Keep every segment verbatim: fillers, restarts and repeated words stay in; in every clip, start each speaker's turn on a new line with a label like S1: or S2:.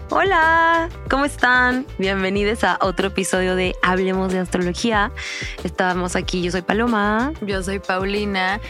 S1: Hola, ¿cómo están? Bienvenidos a otro episodio de Hablemos de Astrología. Estamos aquí, yo soy Paloma.
S2: Yo soy Paulina.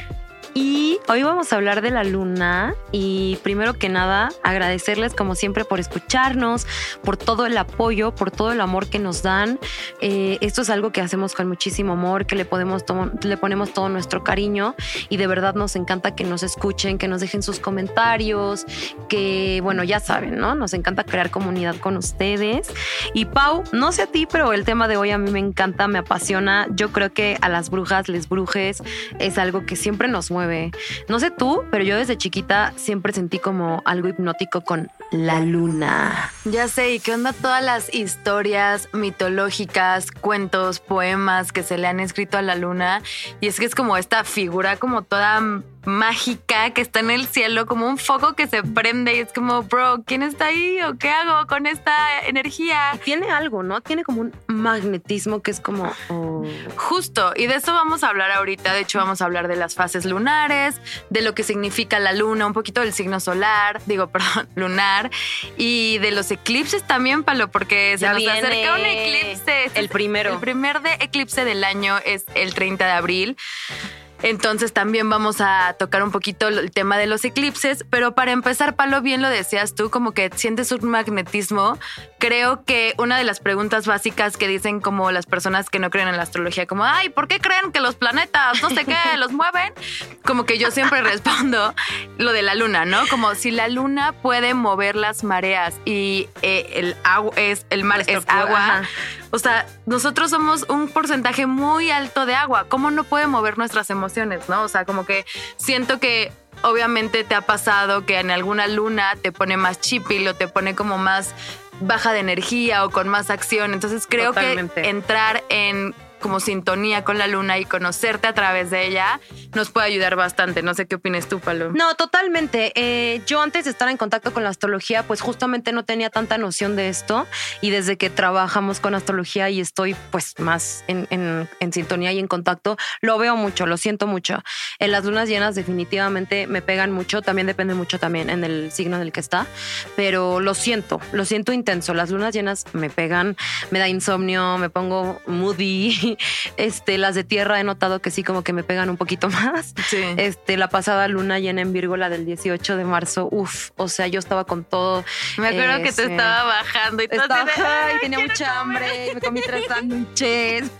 S1: Y hoy vamos a hablar de la luna y primero que nada agradecerles como siempre por escucharnos, por todo el apoyo, por todo el amor que nos dan. Eh, esto es algo que hacemos con muchísimo amor, que le, podemos to- le ponemos todo nuestro cariño y de verdad nos encanta que nos escuchen, que nos dejen sus comentarios, que bueno, ya saben, ¿no? Nos encanta crear comunidad con ustedes. Y Pau, no sé a ti, pero el tema de hoy a mí me encanta, me apasiona. Yo creo que a las brujas, les brujes, es algo que siempre nos mueve. No sé tú, pero yo desde chiquita siempre sentí como algo hipnótico con la luna.
S2: Ya sé, ¿y qué onda todas las historias mitológicas, cuentos, poemas que se le han escrito a la luna? Y es que es como esta figura como toda mágica que está en el cielo, como un foco que se prende y es como, bro, ¿quién está ahí? ¿O qué hago con esta energía?
S1: Y tiene algo, ¿no? Tiene como un magnetismo que es como... Oh.
S2: Justo, y de eso vamos a hablar ahorita. De hecho, vamos a hablar de las fases lunares, de lo que significa la luna, un poquito del signo solar, digo, perdón, lunar, y de los eclipses también, Palo, porque se
S1: Ya
S2: nos
S1: viene
S2: acerca un eclipse. Este
S1: el
S2: es
S1: primero.
S2: El primer de eclipse del año es el treinta de abril. Entonces también vamos a tocar un poquito el tema de los eclipses, pero para empezar, Palo, bien lo decías tú, como que sientes un magnetismo. Creo que una de las preguntas básicas que dicen como las personas que no creen en la astrología, como, ay, ¿por qué creen que los planetas, no sé qué, los mueven? Como que yo siempre respondo lo de la luna, ¿no? Como si la luna puede mover las mareas y eh, el agua es, el mar
S1: Nuestro
S2: es agua.
S1: Ajá.
S2: O sea, nosotros somos un porcentaje muy alto de agua. ¿Cómo no puede mover nuestras emociones, no? O sea, como que siento que obviamente te ha pasado que en alguna luna te pone más chipil o te pone como más baja de energía o con más acción. Entonces creo
S1: Totalmente.
S2: que entrar en como sintonía con la luna y conocerte a través de ella nos puede ayudar bastante. No sé qué opinas tú, Palo.
S1: No, totalmente. Eh, yo antes de estar en contacto con la astrología, pues justamente no tenía tanta noción de esto y desde que trabajamos con astrología y estoy pues más en, en, en sintonía y en contacto, lo veo mucho, lo siento mucho. En las lunas llenas definitivamente me pegan mucho, también depende mucho también en el signo en el que está, pero lo siento, lo siento intenso. Las lunas llenas me pegan, me da insomnio, me pongo moody. Este, las de tierra he notado que sí como que me pegan un poquito más.
S2: Sí.
S1: Este, la pasada luna llena en Virgo, la del dieciocho de marzo, uff, o sea, yo estaba con todo.
S2: Me acuerdo
S1: eh,
S2: que te
S1: sí.
S2: estaba bajando y todo.
S1: Estaba,
S2: así de,
S1: ay,
S2: "Ay,
S1: tenía
S2: quiero
S1: mucha
S2: comer".
S1: hambre, me comí tres sándwiches.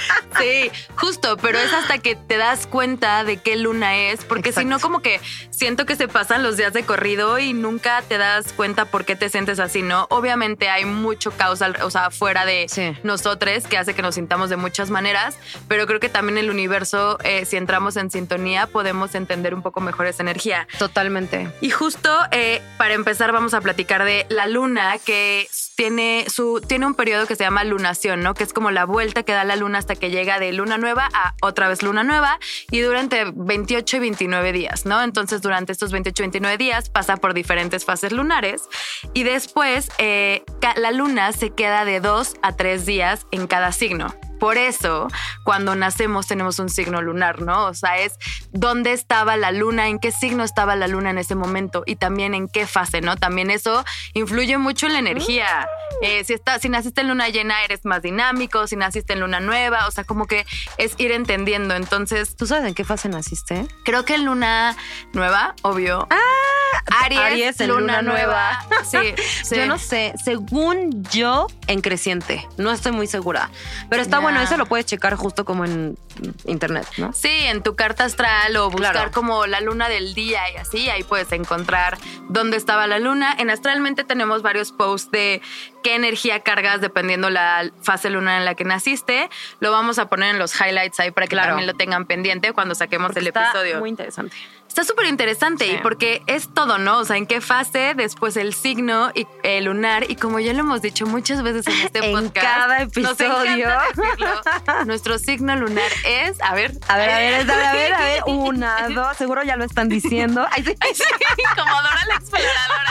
S2: Sí, justo, pero es hasta que te das cuenta de qué luna es, porque si
S1: Exacto.
S2: no como que siento que se pasan los días de corrido y nunca te das cuenta por qué te sientes así, ¿no? Obviamente hay mucho caos, al- o sea, fuera de
S1: Sí.
S2: nosotros que hace que nos sintamos de muchas maneras, pero creo que también el universo, eh, si entramos en sintonía, podemos entender un poco mejor esa energía.
S1: Totalmente.
S2: Y justo eh, para empezar vamos a platicar de la luna, que tiene, su, tiene un periodo que se llama lunación, ¿no? Que es como la vuelta que da la luna hasta que llega de luna nueva a otra vez luna nueva y durante veintiocho y veintinueve días, ¿no? Entonces durante estos veintiocho y veintinueve días pasa por diferentes fases lunares y después eh, ca- la luna se queda de dos a tres días en cada signo. Por eso, cuando nacemos tenemos un signo lunar, ¿no? O sea, es dónde estaba la luna, en qué signo estaba la luna en ese momento y también en qué fase, ¿no? También eso influye mucho en la energía. Eh, si, está, si naciste en luna llena, eres más dinámico. Si naciste en luna nueva, o sea, como que es ir entendiendo. Entonces,
S1: ¿Tú sabes en qué fase naciste?
S2: creo que en luna nueva, obvio.
S1: Ah,
S2: Aries,
S1: Aries en
S2: luna,
S1: luna
S2: nueva. Sí, sí.
S1: Yo no sé, según yo, en creciente. No estoy muy segura. Pero está
S2: Ya.
S1: bueno, eso lo puedes checar justo como en internet, ¿no?
S2: Sí, en tu carta astral o buscar
S1: Claro.
S2: como la luna del día y así, ahí puedes encontrar dónde estaba la luna. En Astralmente tenemos varios posts de qué energía cargas dependiendo la fase lunar en la que naciste. Lo vamos a poner en los highlights ahí para que
S1: Claro.
S2: también lo tengan pendiente cuando saquemos
S1: Porque
S2: el
S1: está
S2: episodio.
S1: muy interesante.
S2: Está súper interesante
S1: Sí.
S2: y porque es todo, ¿no? O sea, en qué fase, después el signo y el lunar. Y como ya lo hemos dicho muchas veces en este
S1: En
S2: podcast.
S1: cada
S2: nos
S1: episodio.
S2: encanta decirlo. Nuestro signo lunar es, a ver.
S1: A ver, a ver, a ver, a ver, una, dos, seguro ya lo están diciendo. Ay, sí.
S2: Sí, como Dora la exploradora.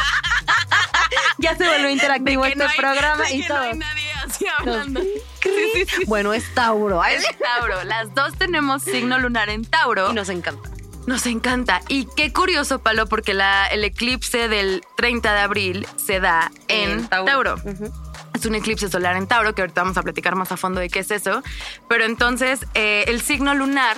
S1: Ya se volvió interactivo
S2: De que
S1: este
S2: no hay-
S1: programa
S2: de
S1: y
S2: que
S1: todo.
S2: no hay nadie así hablando. Sí, sí, sí.
S1: Bueno, es Tauro. Ay,
S2: Es Tauro. Las dos tenemos signo lunar en Tauro.
S1: y nos encanta.
S2: Nos encanta. Y qué curioso, Palo, porque la, el eclipse del treinta de abril se da en, en Tauro. Tauro. Uh-huh. Es un eclipse solar en Tauro, que ahorita vamos a platicar más a fondo de qué es eso. Pero entonces, eh, el signo lunar,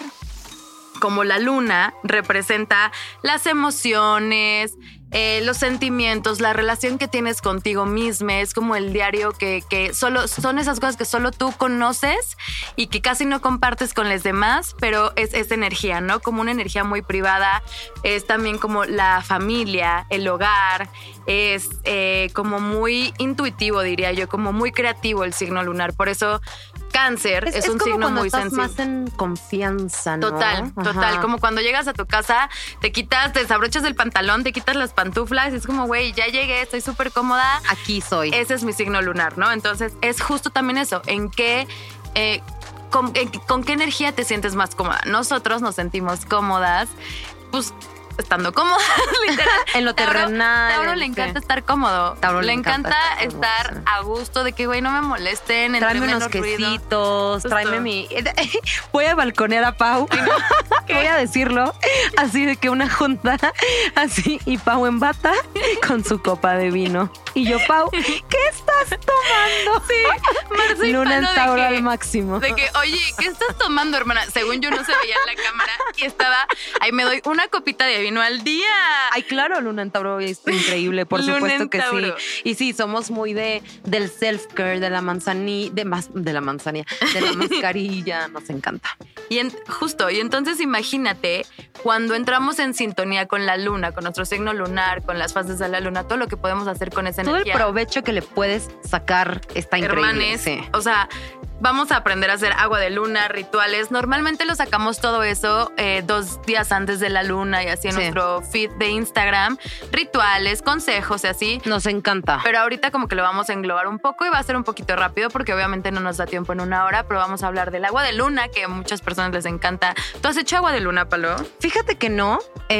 S2: como la luna, representa las emociones, eh, los sentimientos, la relación que tienes contigo misma. Es como el diario que, que solo son esas cosas que solo tú conoces y que casi no compartes con los demás, pero es esa energía, ¿no? Como una energía muy privada. Es también como la familia, el hogar. Es eh, como muy intuitivo, diría yo, como muy creativo el signo lunar. Por eso Cáncer es, es, es un signo muy
S1: estás
S2: sensible.
S1: Más en confianza, ¿no?
S2: Total,
S1: Ajá.
S2: total. Como cuando llegas a tu casa, te quitas, te desabrochas el pantalón, te quitas las pantuflas. Es como, güey, ya llegué, estoy súper cómoda.
S1: Aquí soy.
S2: Ese es mi signo lunar, ¿no? Entonces, es justo también eso. En qué... Eh, con, en, ¿Con qué energía te sientes más cómoda? Nosotros nos sentimos cómodas, pues... estando cómoda, literal.
S1: En lo terrenal.
S2: Tauro, Tauro le encanta estar cómodo. Tauro le, le encanta, encanta estar, estar a gusto de que, güey, no me molesten.
S1: Tráeme unos quesitos, tráeme mi... Voy a balconear a Pau. Voy a decirlo. Así de que una junta, así, y Pau en bata con su copa de vino. Y yo, Pau, ¿qué estás tomando?
S2: Sí, Marce
S1: Luna en Tauro al máximo.
S2: De que, oye, ¿qué estás tomando, hermana? Según yo no se veía en la cámara y estaba, ahí me doy una copita de vino al día.
S1: Ay, claro, Luna en Tauro es increíble, por
S2: Luna
S1: supuesto que
S2: Tauro.
S1: sí. Y sí, somos muy de del self-care, de la manzanilla, de, más, de la manzanilla, de la mascarilla, nos encanta.
S2: Y en, justo, y entonces imagínate cuando entramos en sintonía con la luna, con nuestro signo lunar, con las fases de la luna, todo lo que podemos hacer con esa
S1: todo
S2: energía.
S1: Todo el provecho que le puedes sacar está increíble.
S2: Hermanes,
S1: sí.
S2: O sea, vamos a aprender a hacer agua de luna, rituales. Normalmente lo sacamos todo eso eh, dos días antes de la luna y así en sí. nuestro feed de Instagram. Rituales, consejos y así.
S1: Nos encanta.
S2: Pero ahorita como que lo vamos a englobar un poco y va a ser un poquito rápido porque obviamente no nos da tiempo en una hora, pero vamos a hablar del agua de luna que a muchas personas les encanta. ¿Tú has hecho agua de luna, Palo?
S1: Fíjate que no.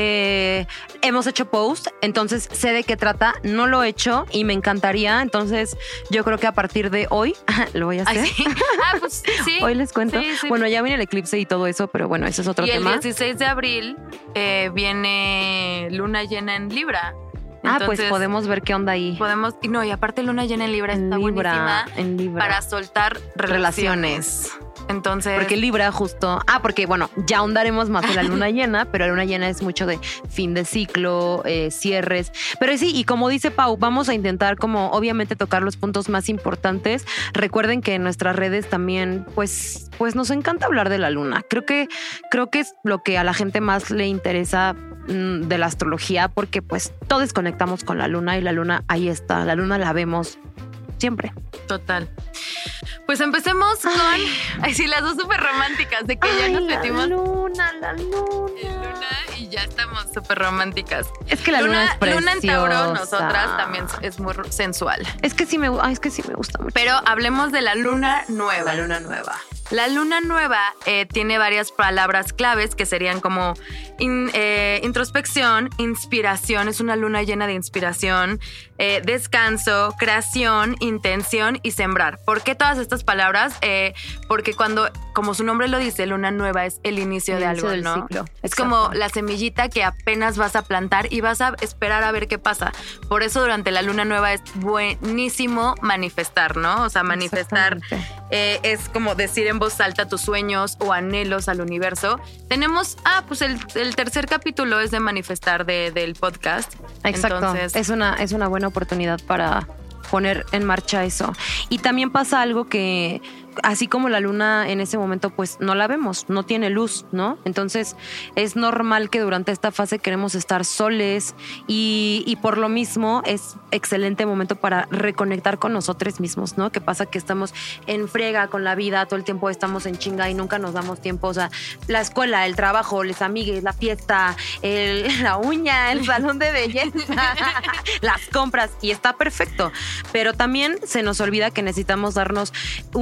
S1: Eh, hemos hecho post, entonces sé de qué trata. No lo he hecho y me encantaría. Entonces yo creo que a partir de hoy lo voy a hacer.
S2: Ay, ¿sí? Ah, pues sí.
S1: Hoy les cuento.
S2: Sí, sí.
S1: Bueno, ya viene el eclipse y todo eso, pero bueno, ese es otro
S2: y
S1: tema.
S2: Y el dieciséis de abril eh, viene luna llena en Libra.
S1: Entonces, ah, pues podemos ver qué onda ahí.
S2: Podemos, y no, y aparte luna llena en Libra
S1: en
S2: está
S1: Libra,
S2: buenísima
S1: en Libra.
S2: para soltar relaciones. relaciones. Entonces.
S1: Porque Libra justo. Ah, porque bueno, ya ahondaremos más en la luna llena, pero la luna llena es mucho de fin de ciclo, eh, cierres. Pero sí, y como dice Pau, vamos a intentar como obviamente tocar los puntos más importantes. Recuerden que en nuestras redes también, pues, pues nos encanta hablar de la luna. Creo que, creo que es lo que a la gente más le interesa mmm, de la astrología, porque pues todos conectamos con la luna y la luna ahí está. La luna la vemos siempre.
S2: Total. Pues empecemos con... Ay, ay sí, las dos súper románticas, de que
S1: ay,
S2: ya nos metimos...
S1: la luna, la luna.
S2: En luna y ya estamos súper románticas.
S1: Es que la luna, luna es preciosa.
S2: Luna en Tauro, nosotras, también es muy sensual.
S1: Es que sí me, ay, es que sí me gusta mucho.
S2: Pero hablemos de la luna nueva.
S1: La luna nueva.
S2: La luna nueva eh, tiene varias palabras claves que serían como in, eh, introspección, inspiración, es una luna llena de inspiración, eh, descanso, creación, intención y sembrar. ¿Por qué todas estas palabras? Eh, porque cuando, como su nombre lo dice, luna nueva es el inicio el de inicio algo,
S1: del
S2: ¿no?
S1: Ciclo.
S2: Es
S1: Exacto.
S2: como la semillita que apenas vas a plantar y vas a esperar a ver qué pasa. Por eso durante la luna nueva es buenísimo manifestar, ¿no? O sea, manifestar eh, es como decir en voz alta tus sueños o anhelos al universo. Tenemos, ah, pues el, el tercer capítulo es de manifestar de, del podcast.
S1: Exacto. Entonces, es una, es una buena oportunidad para poner en marcha eso. Y también pasa algo que, así como la luna en ese momento, pues no la vemos, no tiene luz, ¿no? Entonces es normal que durante esta fase queremos estar soles y, y por lo mismo es excelente momento para reconectar con nosotros mismos, ¿no? Que pasa que estamos en frega con la vida, todo el tiempo estamos en chinga y nunca nos damos tiempo, o sea, la escuela, el trabajo, los amigues, la fiesta, el, la uña, el salón de belleza, las compras, y está perfecto, pero también se nos olvida que necesitamos darnos un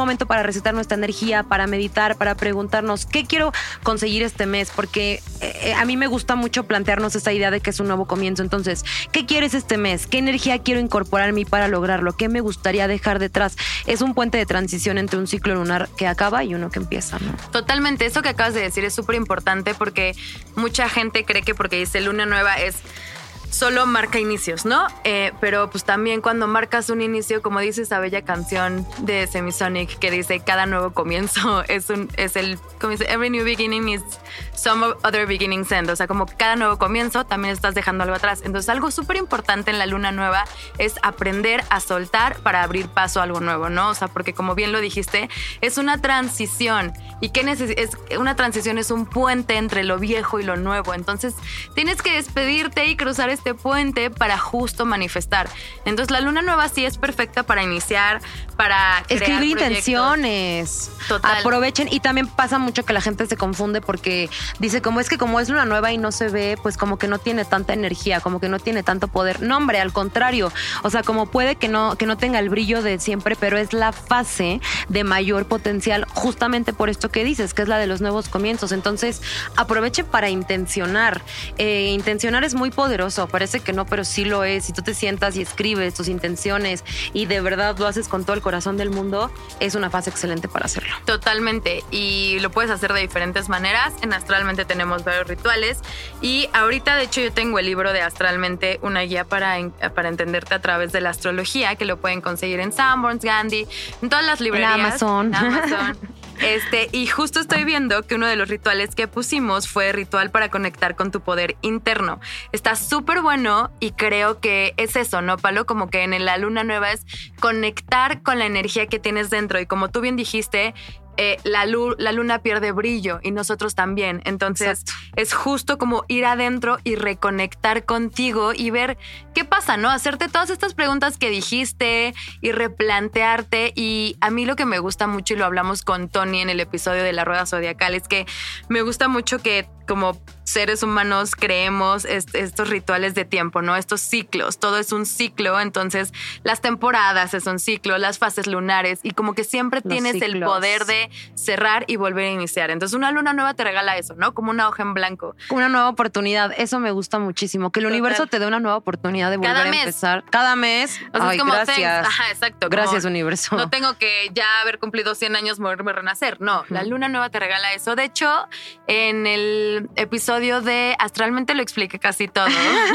S1: momento para resetar nuestra energía, para meditar, para preguntarnos qué quiero conseguir este mes, porque eh, a mí me gusta mucho plantearnos esta idea de que es un nuevo comienzo. Entonces, ¿qué quieres este mes? ¿Qué energía quiero incorporar en mí para lograrlo? ¿Qué me gustaría dejar detrás? Es un puente de transición entre un ciclo lunar que acaba y uno que empieza, ¿no?
S2: Totalmente, eso que acabas de decir es súper importante porque mucha gente cree que porque dice luna nueva es solo marca inicios, ¿no? Eh, pero pues también cuando marcas un inicio, como dice esa bella canción de Semisonic que dice cada nuevo comienzo es un es el, como dice, every new beginning is some other beginning's end. O sea, como cada nuevo comienzo también estás dejando algo atrás. Entonces algo súper importante en la luna nueva es aprender a soltar para abrir paso a algo nuevo, ¿no? O sea, porque como bien lo dijiste, es una transición. ¿Y qué neces- es una transición? Es un puente entre lo viejo y lo nuevo. Entonces tienes que despedirte y cruzar este este puente para justo manifestar. Entonces la luna nueva sí es perfecta para iniciar, para crear
S1: escribir
S2: proyectos.
S1: Intenciones.
S2: Total.
S1: Aprovechen. Y también pasa mucho que la gente se confunde porque dice como es que como es luna nueva y no se ve, pues como que no tiene tanta energía, como que no tiene tanto poder. No, hombre, al contrario. O sea, como puede que no, que no tenga el brillo de siempre, pero es la fase de mayor potencial justamente por esto que dices, que es la de los nuevos comienzos. Entonces aprovechen para intencionar. Eh, intencionar es muy poderoso. Parece que no, pero sí lo es. Si tú te sientas y escribes tus intenciones y de verdad lo haces con todo el corazón del mundo, es una fase excelente para hacerlo.
S2: Totalmente. Y lo puedes hacer de diferentes maneras. En Astralmente tenemos varios rituales. Y ahorita, de hecho, yo tengo el libro de Astralmente, una guía para, para entenderte a través de la astrología, que lo pueden conseguir en Sanborns, Gandhi, en todas las librerías.
S1: En Amazon.
S2: En Amazon. Este, y justo estoy viendo que uno de los rituales que pusimos fue ritual para conectar con tu poder interno. Está súper bueno y creo que es eso, ¿no, Palo? Como que en la luna nueva es conectar con la energía que tienes dentro. Y como tú bien dijiste, Eh, la, lu- la luna pierde brillo y nosotros también. Entonces
S1: Exacto.
S2: es justo como ir adentro y reconectar contigo y ver qué pasa, ¿no? Hacerte todas estas preguntas que dijiste y replantearte. Y a mí lo que me gusta mucho, y lo hablamos con Tony en el episodio de la Rueda Zodiacal, es que me gusta mucho que como seres humanos creemos est- estos rituales de tiempo, ¿no? Estos ciclos, todo es un ciclo. Entonces las temporadas es un ciclo, las fases lunares, y como que siempre
S1: Los
S2: tienes el
S1: ciclos.
S2: poder de cerrar y volver a iniciar. Entonces una luna nueva te regala eso, ¿no? Como una hoja en blanco.
S1: Una nueva oportunidad. Eso me gusta muchísimo. Que el
S2: Total.
S1: universo te dé una nueva oportunidad de volver
S2: Cada
S1: a
S2: mes.
S1: empezar. Cada mes.
S2: O sea,
S1: Ay,
S2: es como
S1: gracias.
S2: thanks. Ajá, exacto. como
S1: Gracias, universo.
S2: No tengo que ya haber cumplido cien años, morirme a renacer. No,
S1: Ujú.
S2: la luna nueva te regala eso. De hecho, en el episodio de Astralmente lo expliqué casi todo.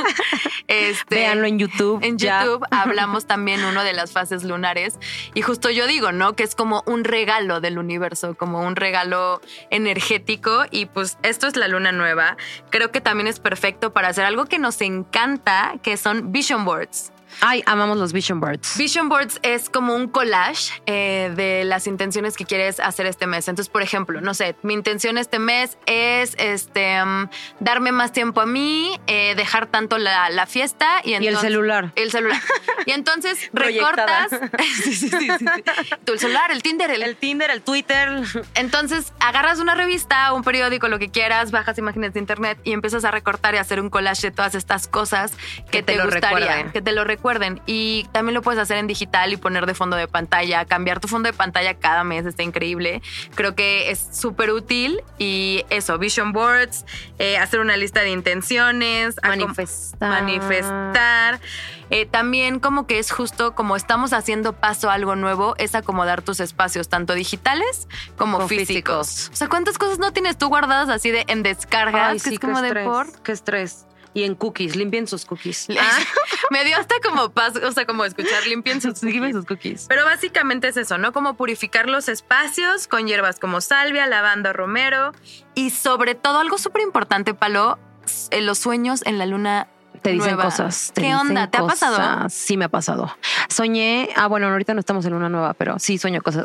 S2: este,
S1: Véanlo en YouTube.
S2: En
S1: ya.
S2: YouTube hablamos también uno de las fases lunares y justo yo digo, ¿no? Que es como un regalo del universo, como un regalo energético, y pues esto es la luna nueva. Creo que también es perfecto para hacer algo que nos encanta, que son vision boards.
S1: Ay, amamos los vision boards.
S2: Vision boards es como un collage eh, de las intenciones que quieres hacer este mes. Entonces, por ejemplo, no sé, mi intención este mes es este um, darme más tiempo a mí, eh, dejar tanto la, la fiesta y,
S1: Y el
S2: entonces-
S1: celular.
S2: El celular. Y entonces
S1: Proyectada.
S2: recortas sí, sí, sí, sí, sí. Tu el celular, el Tinder, el,
S1: El Tinder, el Twitter.
S2: entonces agarras una revista, un periódico, lo que quieras, bajas imágenes de internet y empiezas a recortar y hacer un collage de todas estas cosas que,
S1: Que te
S2: te,
S1: lo
S2: gustaría,
S1: recuerden.
S2: que te lo recuerden. Y también lo puedes hacer en digital y poner de fondo de pantalla, cambiar tu fondo de pantalla cada mes, está increíble. Creo que es súper útil. Y eso, vision boards, eh, hacer una lista de intenciones, acom-
S1: Manifestar.
S2: manifestar. Eh, también como que es justo como estamos haciendo paso a algo nuevo, es acomodar tus espacios, tanto digitales como
S1: Como
S2: físicos.
S1: físicos.
S2: O sea, ¿cuántas cosas no tienes tú guardadas así de en descargas?
S1: Ay,
S2: que
S1: sí,
S2: es como
S1: qué
S2: de
S1: estrés,
S2: por...
S1: Qué estrés. Y en cookies, limpien sus cookies.
S2: Ah, me dio hasta como paz, o sea, como escuchar limpien sus
S1: Limpien
S2: cookies.
S1: sus cookies.
S2: Pero básicamente es eso, ¿no? Como purificar los espacios con hierbas como salvia, lavanda, romero y sobre todo algo súper importante, Palo, eh, los sueños en la luna
S1: Te dicen
S2: nueva.
S1: cosas. Te
S2: ¿Qué
S1: dicen
S2: onda? ¿Te ha
S1: cosas.
S2: pasado?
S1: Sí, me ha pasado. Soñé. Ah, bueno, ahorita no estamos en una nueva, pero sí sueño cosas.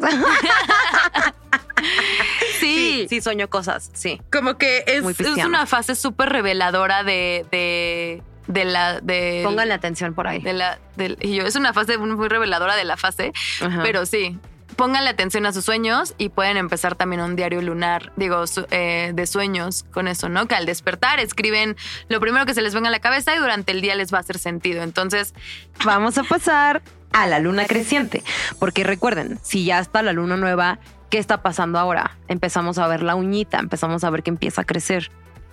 S2: Sí,
S1: sí, sueño cosas. Sí.
S2: como que es,
S1: Muy
S2: es
S1: cristiano.
S2: una fase súper reveladora de, de, de la... De,
S1: Pónganle atención por ahí.
S2: de la, del- y yo, es una fase muy, muy reveladora de la fase,
S1: Ajá.
S2: pero sí. Pónganle atención a sus sueños y pueden empezar también un diario lunar, digo, su- eh, de sueños con eso, ¿no? Que al despertar escriben lo primero que se les venga a la cabeza y durante el día les va a hacer sentido. Entonces,
S1: Vamos a pasar a la luna creciente. Porque recuerden, si ya está la luna nueva, ¿qué está pasando ahora? Empezamos a ver la uñita, empezamos a ver que empieza a crecer.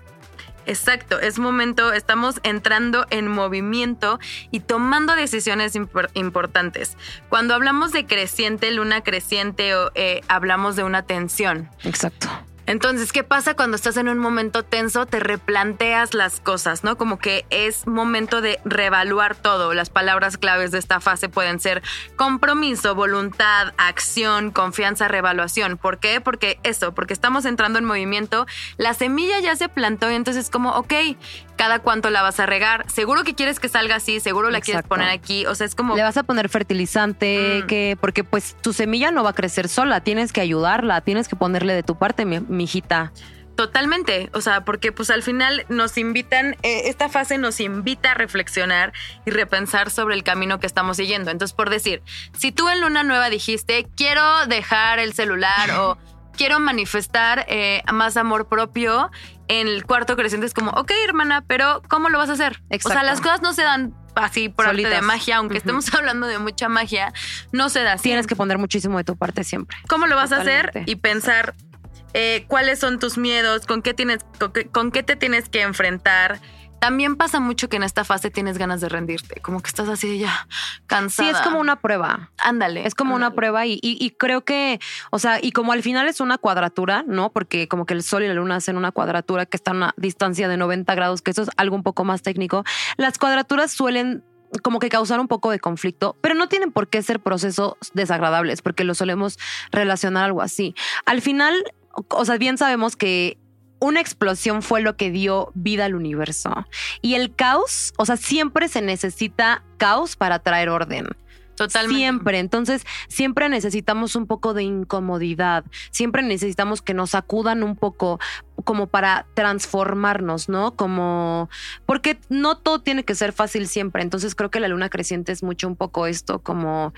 S2: Exacto, es momento, estamos entrando en movimiento y tomando decisiones impor- importantes. Cuando hablamos de creciente, luna creciente, o, eh, hablamos de una tensión.
S1: Exacto.
S2: Entonces, ¿qué pasa cuando estás en un momento tenso? Te replanteas las cosas, ¿no? Como que es momento de reevaluar todo. Las palabras claves de esta fase pueden ser compromiso, voluntad, acción, confianza, reevaluación. ¿Por qué? Porque eso, porque estamos entrando en movimiento. La semilla ya se plantó y entonces es como, ok, ¿cada cuánto la vas a regar? Seguro que quieres que salga así, seguro la
S1: Exacto.
S2: quieres poner aquí. O sea, es como...
S1: Le vas a poner fertilizante, mm. que, porque pues tu semilla no va a crecer sola. Tienes que ayudarla, tienes que ponerle de tu parte, mi, mi hijita.
S2: Totalmente, o sea, porque pues al final nos invitan, eh, esta fase nos invita a reflexionar y repensar sobre el camino que estamos siguiendo. Entonces, por decir, si tú en luna nueva dijiste, quiero dejar el celular o quiero manifestar eh, más amor propio, en el cuarto creciente es como, ok, hermana, pero ¿cómo lo vas a hacer?
S1: Exacto.
S2: O sea, las cosas no se dan así por
S1: Solitas.
S2: arte de magia, aunque uh-huh. estemos hablando de mucha magia, no se da así.
S1: Tienes que poner muchísimo de tu parte siempre.
S2: ¿Cómo lo vas
S1: Totalmente.
S2: a hacer? Y pensar... Eh, cuáles son tus miedos, con qué tienes, con qué, con qué te tienes que enfrentar. También pasa mucho que en esta fase tienes ganas de rendirte, como que estás así ya cansada.
S1: Sí, es como una prueba.
S2: Ándale.
S1: Es como
S2: ándale.
S1: una prueba y, y, y creo que, o sea, y como al final es una cuadratura, ¿no? Porque como que el sol y la luna hacen una cuadratura que está a una distancia de noventa grados, que eso es algo un poco más técnico. Las cuadraturas suelen como que causar un poco de conflicto, pero no tienen por qué ser procesos desagradables, porque lo solemos relacionar a algo así. Al final, o sea, bien sabemos que una explosión fue lo que dio vida al universo. Y el caos, o sea, siempre se necesita caos para traer orden.
S2: Totalmente.
S1: Siempre. Entonces, siempre necesitamos un poco de incomodidad. Siempre necesitamos que nos sacudan un poco como para transformarnos, ¿no? Como... Porque no todo tiene que ser fácil siempre. Entonces, creo que la luna creciente es mucho un poco esto, como...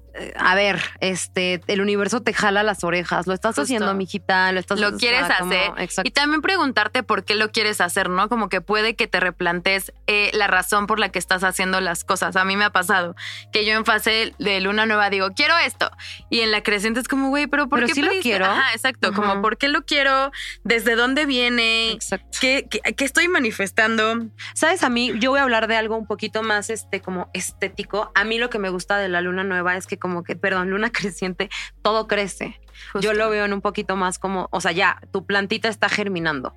S1: A ver, este, el universo te jala las orejas. Lo estás Justo. haciendo, mijita. Lo estás
S2: Lo quieres
S1: como,
S2: hacer.
S1: Exacto.
S2: Y también preguntarte por qué lo quieres hacer, ¿no? Como que puede que te replantes eh, la razón por la que estás haciendo las cosas. A mí me ha pasado que yo en fase de luna nueva digo, quiero esto. Y en la creciente es como, güey, pero ¿por
S1: pero
S2: qué
S1: sí
S2: pediste?
S1: lo quiero.
S2: Ajá, exacto. Uh-huh. Como, ¿por qué lo quiero? ¿Desde dónde viene?
S1: Exacto.
S2: ¿Qué, qué, qué estoy manifestando?
S1: ¿Sabes? A mí, yo voy a hablar de algo un poquito más, este, como estético. A mí lo que me gusta de la luna nueva es que como que, perdón, luna creciente, todo crece. Justo. Yo lo veo en un poquito más como, o sea, ya, tu plantita está germinando.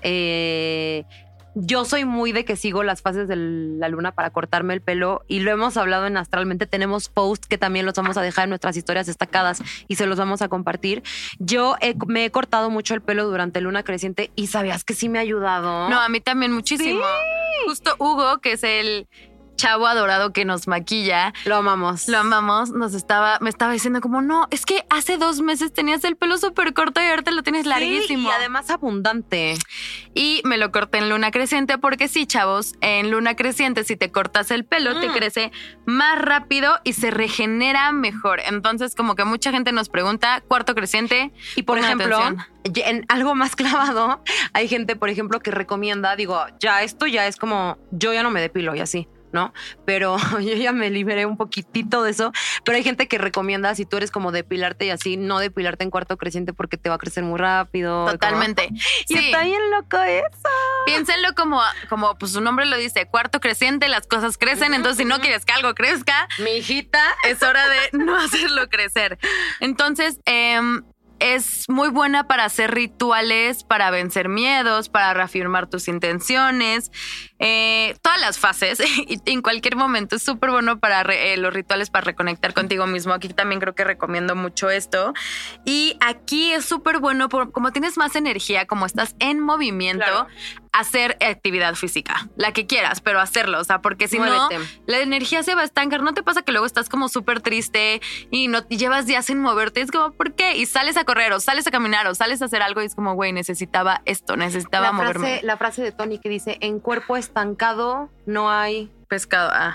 S1: Eh, yo soy muy de que sigo las fases de la luna para cortarme el pelo y lo hemos hablado en Astralmente. Tenemos posts que también los vamos a dejar en nuestras historias destacadas y se los vamos a compartir. Yo he, me he cortado mucho el pelo durante luna creciente y ¿sabías que sí me ha ayudado?
S2: No, a mí también muchísimo. Sí. Justo Hugo, que es el... chavo adorado que nos maquilla.
S1: Lo amamos.
S2: Lo amamos. Nos estaba, me estaba diciendo como, no, es que hace dos meses tenías el pelo súper corto y ahorita lo tienes larguísimo.
S1: Sí, y además abundante.
S2: Y me lo corté en luna creciente porque sí, chavos, en luna creciente si te cortas el pelo mm. te crece más rápido y se regenera mejor. Entonces como que mucha gente nos pregunta, cuarto creciente.
S1: Y por ejemplo,
S2: atención.
S1: en algo más clavado, hay gente, por ejemplo, que recomienda, digo, ya esto ya es como, yo ya no me depilo y así. ¿no? Pero yo ya me liberé un poquitito de eso. Pero hay gente que recomienda, si tú eres como depilarte y así, no depilarte en cuarto creciente porque te va a crecer muy rápido.
S2: Totalmente.
S1: Como...
S2: Sí.
S1: Y está bien loco eso.
S2: Piénsenlo como, como pues su nombre lo dice, cuarto creciente, las cosas crecen. Uh-huh. Entonces, si no quieres que algo crezca,
S1: mi hijita,
S2: es hora de no hacerlo crecer. Entonces, eh, es muy buena para hacer rituales, para vencer miedos, para reafirmar tus intenciones. Eh, todas las fases y en cualquier momento es súper bueno para re, eh, los rituales para reconectar contigo mismo. Aquí también creo que recomiendo mucho esto. Y aquí es súper bueno, por, como tienes más energía, como estás en movimiento, claro. hacer actividad física, la que quieras, pero hacerlo. O sea, porque si Muévete. no, la energía se va a estancar. ¿No te pasa que luego estás como súper triste y, no, y llevas días sin moverte? Es como, ¿por qué? Y sales a correr o sales a caminar o sales a hacer algo y es como, güey, necesitaba esto, necesitaba
S1: la
S2: moverme.
S1: Frase, la frase de Tony que dice, en cuerpo estancado no hay
S2: Pescado, ah.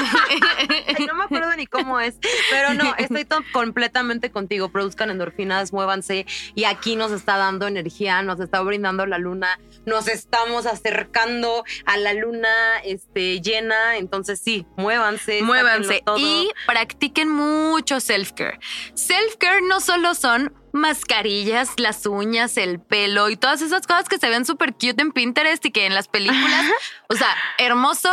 S1: Ay, no me acuerdo ni cómo es, pero no, estoy to- completamente contigo. Produzcan endorfinas, muévanse, y aquí nos está dando energía, nos está brindando la luna, nos estamos acercando a la luna este, llena, entonces sí, muévanse.
S2: Muévanse
S1: todo.
S2: y practiquen mucho self-care. Self-care no solo son mascarillas, las uñas, el pelo y todas esas cosas que se ven súper cute en Pinterest y que en las películas, o sea, hermoso.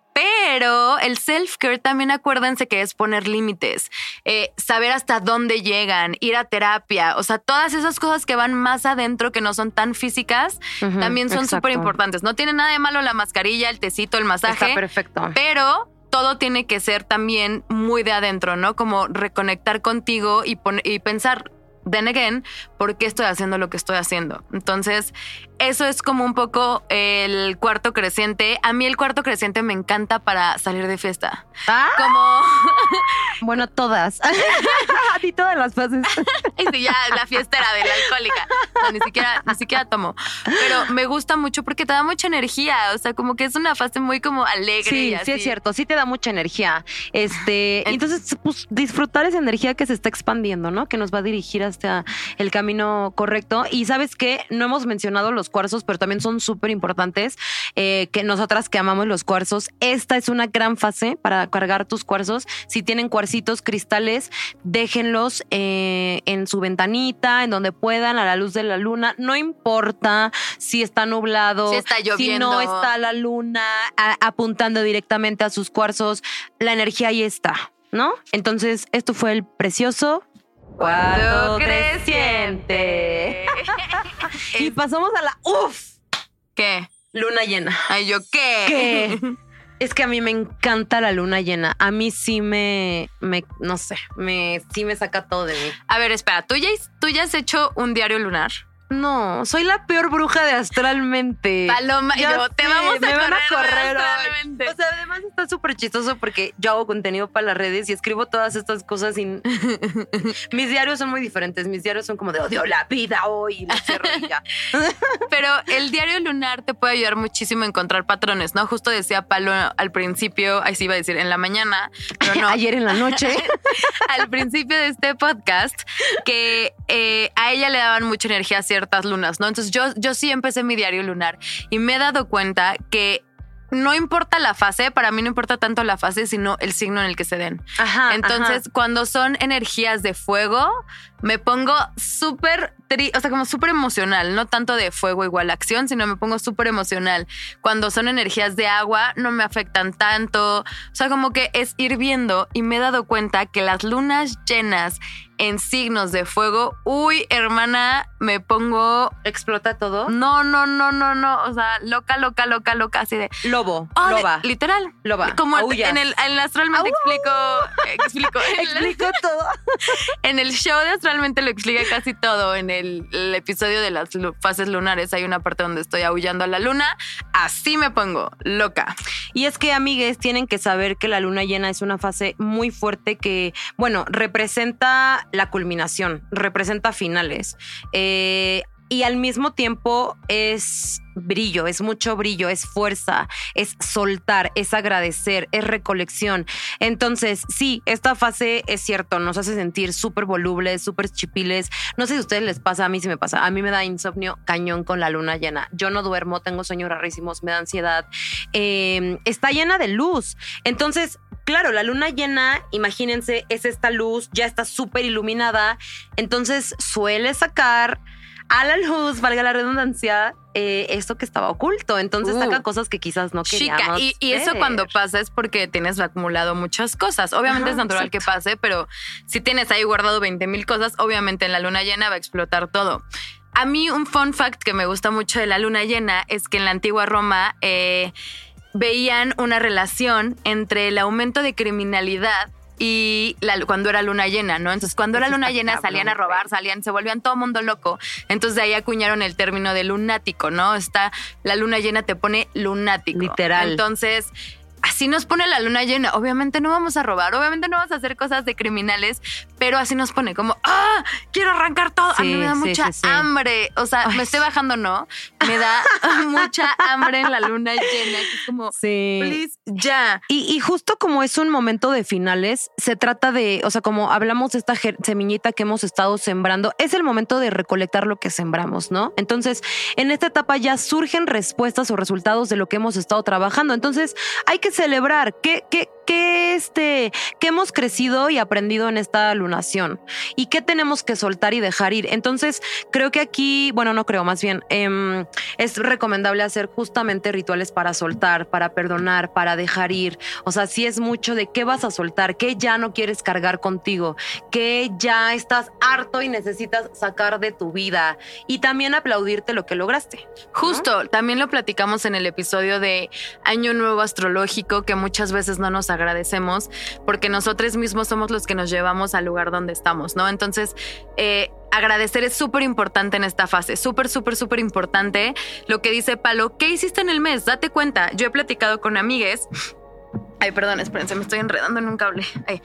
S2: Pero el self-care también acuérdense que es poner límites, eh, saber hasta dónde llegan, ir a terapia, o sea, todas esas cosas que van más adentro, que no son tan físicas, uh-huh, también son súper importantes. No tiene nada de malo la mascarilla, el tecito, el masaje.
S1: Está perfecto.
S2: Pero todo tiene que ser también muy de adentro, ¿no? Como reconectar contigo y, pon- y pensar, then again, ¿por qué estoy haciendo lo que estoy haciendo? Entonces, eso es como un poco el cuarto creciente. A mí el cuarto creciente me encanta para salir de fiesta.
S1: ¿Ah?
S2: Como...
S1: Bueno, todas. A ti todas las fases.
S2: Y sí, ya la fiesta era de la alcohólica. No, ni siquiera, ni siquiera tomo. Pero me gusta mucho porque te da mucha energía. O sea, como que es una fase muy como alegre.
S1: Sí,
S2: y así.
S1: sí es cierto. Sí te da mucha energía. Este, entonces, pues, disfrutar esa energía que se está expandiendo, ¿no? Que nos va a dirigir hasta el camino correcto. Y ¿sabes qué? No hemos mencionado los cuarzos, pero también son súper importantes. Eh, que nosotras que amamos los cuarzos, esta es una gran fase para cargar tus cuarzos. Si tienen cuarcitos, cristales, déjenlos eh, en su ventanita, en donde puedan, a la luz de la luna. No importa si está nublado,
S2: si está lloviendo,
S1: si no está la luna a, apuntando directamente a sus cuarzos, la energía ahí está, ¿no? Entonces, esto fue el precioso
S2: Cuarto
S1: creciente. Y pasamos a la ¡uf!
S2: ¿Qué?
S1: Luna llena.
S2: Ay, ¿yo qué?
S1: ¿Qué? Es que a mí me encanta la luna llena. A mí sí me, me no sé, me, sí me saca todo de mí.
S2: A ver, espera, ¿tú ya, ¿tú ya has hecho un diario lunar?
S1: No, soy la peor bruja de Astralmente.
S2: Paloma,
S1: Ya
S2: yo, te
S1: sé,
S2: vamos a
S1: me
S2: correr,
S1: van a correr
S2: de
S1: hoy.
S2: Astralmente.
S1: O sea, además está súper chistoso porque yo hago contenido para las redes y escribo todas estas cosas sin... Mis diarios son muy diferentes. Mis diarios son como de odio la vida hoy y la cierro y ya.
S2: Pero el diario lunar te puede ayudar muchísimo a encontrar patrones, ¿no? Justo decía Palo al principio, ahí sí iba a decir en la mañana, pero no.
S1: Ayer en la noche.
S2: Al principio de este podcast, que eh, a ella le daban mucha energía a ciertas lunas, ¿no? Entonces yo, yo sí empecé mi diario lunar y me he dado cuenta que no importa la fase, para mí no importa tanto la fase, sino el signo en el que se den.
S1: Ajá,
S2: Entonces,
S1: ajá.
S2: cuando son energías de fuego, me pongo súper, tri- o sea, como súper emocional, no tanto de fuego igual acción, sino me pongo súper emocional. Cuando son energías de agua, no me afectan tanto. O sea, como que es ir viendo y me he dado cuenta que las lunas llenas en signos de fuego, uy, hermana, me pongo...
S1: ¿Explota todo?
S2: No, no, no, no, no. O sea, loca, loca, loca, loca, así de...
S1: Lobo,
S2: Oh,
S1: loba.
S2: de- literal.
S1: Loba.
S2: Como
S1: Aullas.
S2: en el, en el Astralmente
S1: Au.
S2: explico, explico, en el-
S1: Explico todo.
S2: en el show de Astralmente lo explica casi todo. En el, el episodio de las lu- fases lunares hay una parte donde estoy aullando a la luna. Así me pongo, loca.
S1: Y es que, amigues, tienen que saber que la luna llena es una fase muy fuerte que, bueno, representa la culminación, representa finales. Eh, y al mismo tiempo es brillo, es mucho brillo, es fuerza, es soltar, es agradecer, es recolección. Entonces, sí, esta fase es cierto, nos hace sentir súper volubles, súper chipiles. No sé si a ustedes les pasa, a mí sí me pasa. A mí me da insomnio cañón con la luna llena. Yo no duermo, tengo sueños rarísimos, me da ansiedad. Eh, está llena de luz. Entonces, claro, la luna llena, imagínense, es esta luz, ya está súper iluminada. Entonces, suele sacar a la luz, valga la redundancia, eh, esto que estaba oculto. Entonces
S2: Uh.
S1: saca cosas que quizás no queríamos.
S2: Chica, y, y eso
S1: ver.
S2: cuando pasa es porque tienes acumulado muchas cosas. Obviamente
S1: Ajá,
S2: es natural
S1: exacto.
S2: que pase, pero si tienes ahí guardado veinte mil cosas, obviamente en la luna llena va a explotar todo. A mí un fun fact que me gusta mucho de la luna llena es que en la antigua Roma eh, veían una relación entre el aumento de criminalidad y la, cuando era luna llena, ¿no? Entonces, cuando era
S1: Eso
S2: luna
S1: está
S2: llena,
S1: cabrón,
S2: salían a robar,
S1: güey.
S2: salían, se volvían todo mundo loco. Entonces, de ahí acuñaron el término de lunático, ¿no? Está, la luna llena te pone lunático.
S1: Literal.
S2: Entonces, así nos pone la luna llena. Obviamente no vamos a robar, obviamente no vamos a hacer cosas de criminales, pero así nos pone como, ¡ah! Quiero arrancar todo. Sí, a mí me da sí, mucha sí, sí. hambre. O sea, Ay. me estoy bajando, no. Me da mucha hambre en la luna llena. Que es como, sí. please, ya.
S1: Y, y justo como es un momento de finales, se trata de, o sea, como hablamos de esta semillita que hemos estado sembrando, es el momento de recolectar lo que sembramos, ¿no? Entonces, en esta etapa ya surgen respuestas o resultados de lo que hemos estado trabajando. Entonces, hay que celebrar qué, qué, qué, este, qué hemos crecido y aprendido en esta lunación y qué tenemos que soltar y dejar ir. Entonces, creo que aquí, bueno, no creo, más bien, eh, es recomendable hacer justamente rituales para soltar, para perdonar, para dejar ir. O sea, sí es mucho de qué vas a soltar, qué ya no quieres cargar contigo, qué ya estás harto y necesitas sacar de tu vida y también aplaudirte lo que lograste.
S2: Justo, ¿no? También lo platicamos en el episodio de Año Nuevo Astrológico, que muchas veces no nos agradecemos porque nosotros mismos somos los que nos llevamos al lugar donde estamos, ¿no? Entonces, eh, agradecer es súper importante en esta fase, súper, súper, súper importante. Lo que dice Palo, ¿qué hiciste en el mes? Date cuenta. Yo he platicado con amigues. Ay, perdón, espérense, me estoy enredando en un cable. Ay.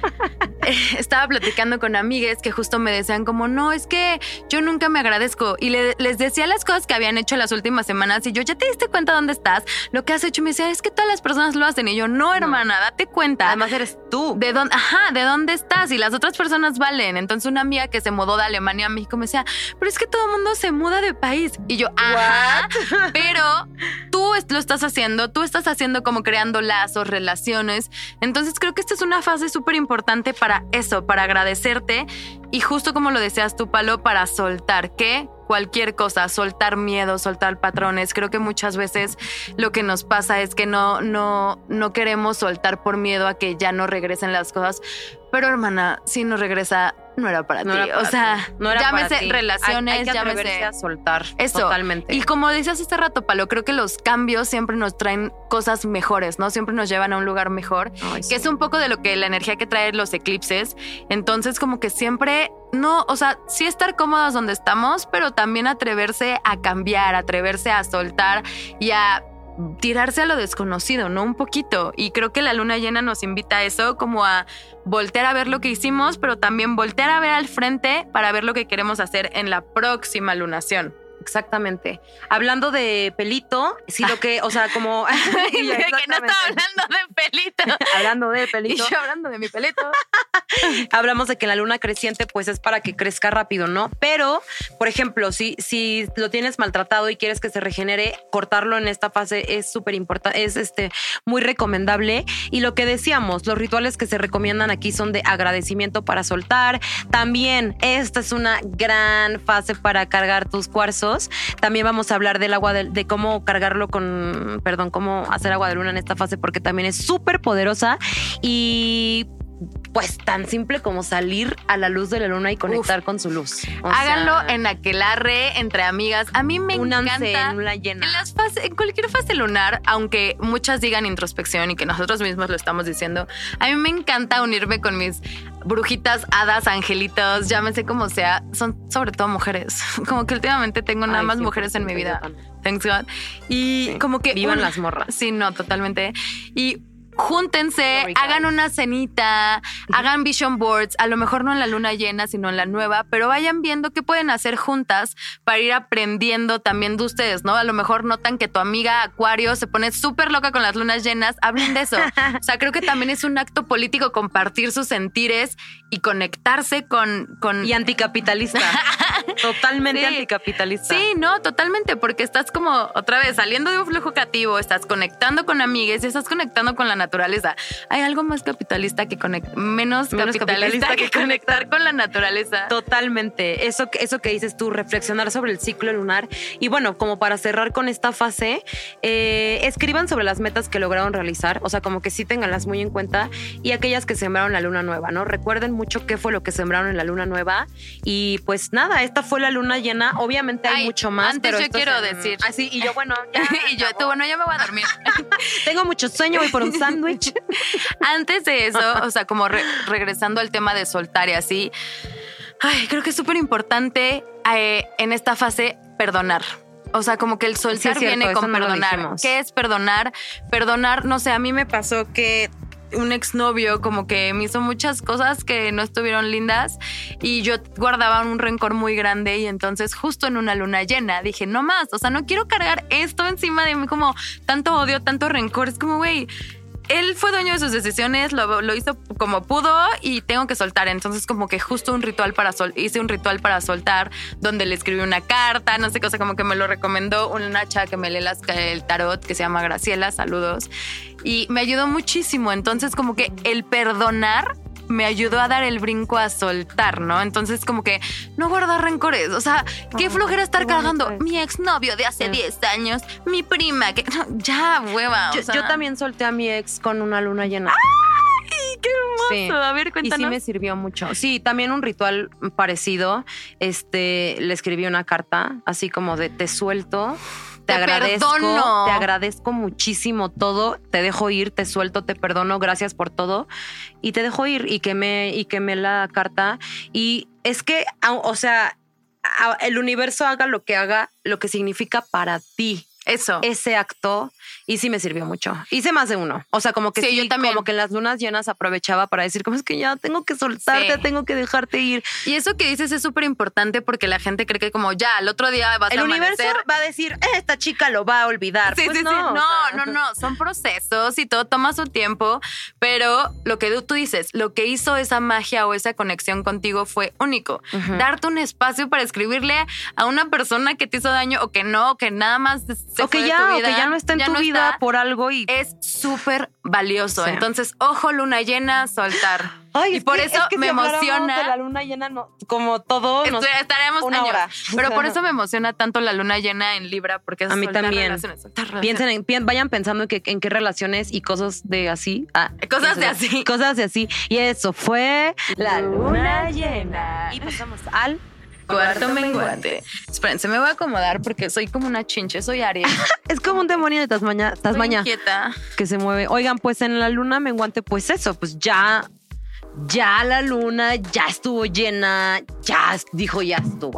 S2: Estaba platicando con amigues que justo me decían como, no, es que yo nunca me agradezco. Y le, les decía las cosas que habían hecho las últimas semanas y yo, ¿ya te diste cuenta dónde estás? Lo que has hecho. Y me decía, es que todas las personas lo hacen. Y yo, no, hermana, no. date cuenta.
S1: Además eres tú.
S2: De dónde, ajá, de dónde estás. Y las otras personas valen. Entonces una amiga que se mudó de Alemania a México me decía, pero es que todo el mundo se muda de país. Y yo, ajá, What? Pero tú lo estás haciendo, tú estás haciendo como creando lazos, relaciones. Entonces creo que esta es una fase súper importante para eso, para agradecerte y justo como lo deseas tú, Palo, para soltar, ¿qué? Cualquier cosa, soltar miedo, soltar patrones. Creo que muchas veces lo que nos pasa es que no, no, no queremos soltar por miedo a que ya no regresen las cosas. Pero hermana, si no regresa, no era para
S1: no
S2: ti.
S1: Era para
S2: o sea,
S1: no era
S2: llámese
S1: para ti.
S2: relaciones,
S1: hay, hay que
S2: llámese
S1: a soltar.
S2: Eso.
S1: Totalmente.
S2: Y como decías hace rato, Palo, creo que los cambios siempre nos traen cosas mejores, ¿no? Siempre nos llevan a un lugar mejor, Ay, que sí. es un poco de lo que la energía que traen los eclipses. Entonces, como que siempre no, o sea, sí estar cómodos donde estamos, pero también atreverse a cambiar, atreverse a soltar y a tirarse a lo desconocido, ¿no? Un poquito. Y creo que la luna llena nos invita a eso, como a voltear a ver lo que hicimos, pero también voltear a ver al frente para ver lo que queremos hacer en la próxima lunación.
S1: Exactamente. Hablando de pelito, sí lo que, o sea, como...
S2: que no estaba hablando de pelito.
S1: Hablando de pelito.
S2: Y yo hablando de mi pelito.
S1: Hablamos de que la luna creciente pues es para que crezca rápido, ¿no? Pero, por ejemplo, si, si lo tienes maltratado y quieres que se regenere, cortarlo en esta fase es súper importante, es este, muy recomendable. Y lo que decíamos, los rituales que se recomiendan aquí son de agradecimiento para soltar. También esta es una gran fase para cargar tus cuarzos. También vamos a hablar del agua, de, de cómo cargarlo con, perdón, cómo hacer agua de luna en esta fase, porque también es súper poderosa y pues tan simple como salir a la luz de la luna y conectar Uf. con su luz.
S2: O Háganlo sea, en aquelarre, entre amigas. A mí me
S1: únanse
S2: encanta.
S1: En luna llena.
S2: En, las fases, en cualquier fase lunar, aunque muchas digan introspección y que nosotros mismos lo estamos diciendo, a mí me encanta unirme con mis brujitas, hadas, angelitos, llámese como sea. Son sobre todo mujeres. Como que últimamente tengo nada Ay, más mujeres en mi vida. Thanks God. Y sí, como que...
S1: Vivan un, las morras.
S2: Sí, no, totalmente. Y... júntense, Sorry, hagan una cenita, hagan vision boards, a lo mejor no en la luna llena, sino en la nueva, pero vayan viendo qué pueden hacer juntas para ir aprendiendo también de ustedes, ¿no? A lo mejor notan que tu amiga Acuario se pone súper loca con las lunas llenas, hablen de eso. O sea, creo que también es un acto político compartir sus sentires y conectarse con... con...
S1: Y anticapitalista. Totalmente sí. anticapitalista.
S2: Sí, no, totalmente, porque estás como otra vez saliendo de un flujo creativo, estás conectando con amigues y estás conectando con la naturaleza. Hay algo más capitalista que conectar, menos, menos capitalista, capitalista que, que conectar con la naturaleza.
S1: Totalmente. Eso, eso que dices tú, reflexionar sobre el ciclo lunar. Y bueno, como para cerrar con esta fase, eh, escriban sobre las metas que lograron realizar, o sea, como que sí tenganlas muy en cuenta y aquellas que sembraron la luna nueva, ¿no? Recuerden mucho qué fue lo que sembraron en la luna nueva y pues nada, esta fue la luna llena. Obviamente hay Ay, mucho más,
S2: antes
S1: pero
S2: yo quiero en... decir.
S1: Ah, sí, y yo, bueno, ya.
S2: y yo, tú, bueno, ya me voy a dormir.
S1: Tengo mucho sueño, voy por un sándwich.
S2: Antes de eso, o sea, como re- regresando al tema de soltar y así, ay, creo que es súper importante eh, en esta fase perdonar. O sea, como que el soltar sí, cierto, viene con perdonar. No ¿Qué es perdonar? Perdonar, no sé, a mí me pasó que un exnovio como que me hizo muchas cosas que no estuvieron lindas y yo guardaba un rencor muy grande y entonces justo en una luna llena dije, no más, o sea, no quiero cargar esto encima de mí como tanto odio, tanto rencor. Es como, güey, él fue dueño de sus decisiones, lo, lo hizo como pudo y tengo que soltar. Entonces como que justo un ritual para sol, hice un ritual para soltar donde le escribí una carta, no sé qué, cosa, como que me lo recomendó una chava que me lee las, el tarot que se llama Graciela, saludos, y me ayudó muchísimo. Entonces como que el perdonar me ayudó a dar el brinco a soltar, ¿no? Entonces como que no guardar rencores, o sea, qué flojera estar cargando mi exnovio de hace diez años, mi prima, que no, ya, hueva.
S1: Yo,
S2: o sea.
S1: yo también solté a mi ex con una luna llena.
S2: ¡Ay, qué hermoso! Sí. A ver, cuéntanos.
S1: Y sí me sirvió mucho. Sí, también un ritual parecido. Este, le escribí una carta, así como de te suelto. Te, te agradezco, perdono. Te agradezco muchísimo todo. Te dejo ir, te suelto, te perdono. Gracias por todo. Y te dejo ir y quemé, y quemé la carta. Y es que, o sea, el universo haga lo que haga, lo que significa para ti.
S2: Eso.
S1: Ese acto. Y sí me sirvió mucho. Hice más de uno. O sea, como que sí, sí yo también. Como que en las lunas llenas aprovechaba para decir, como es que ya tengo que soltarte, sí. tengo que dejarte ir.
S2: Y eso que dices es súper importante porque la gente cree que como ya, el otro día vas
S1: el
S2: a
S1: El universo va a decir, esta chica lo va a olvidar.
S2: Sí,
S1: pues
S2: sí,
S1: no,
S2: sí. No,
S1: o sea,
S2: no, no. Son procesos y todo toma su tiempo. Pero lo que tú dices, lo que hizo esa magia o esa conexión contigo fue único. Uh-huh. Darte un espacio para escribirle a una persona que te hizo daño o que no, o que nada más se
S1: o
S2: fue
S1: que ya,
S2: de tu vida.
S1: O que ya no está en
S2: ya
S1: tu
S2: no
S1: vida
S2: está.
S1: Por algo y
S2: es súper valioso.
S1: Sí.
S2: Entonces, ojo, luna llena, soltar.
S1: Ay,
S2: y por
S1: que,
S2: eso
S1: es que
S2: me
S1: si
S2: emociona.
S1: De la luna llena, no, como todo, nos,
S2: estaremos
S1: una
S2: años.
S1: hora.
S2: Pero por eso me emociona tanto la luna llena en Libra, porque es
S1: a mí también.
S2: Relaciones, soltar relaciones.
S1: Piensen en, pi- vayan pensando en, que, en qué relaciones y cosas de así. Ah,
S2: cosas de así.
S1: Cosas de así. Y eso fue
S2: la luna llena.
S1: Y pasamos al
S2: cuarto menguante. Espérense, me voy a acomodar porque soy como una chinche, soy Aries.
S1: Es como un demonio de Tasmania, Tasmania
S2: inquieta.
S1: Que se mueve. Oigan, pues en la luna menguante, pues eso, pues ya, ya la luna ya estuvo llena, ya dijo ya estuvo.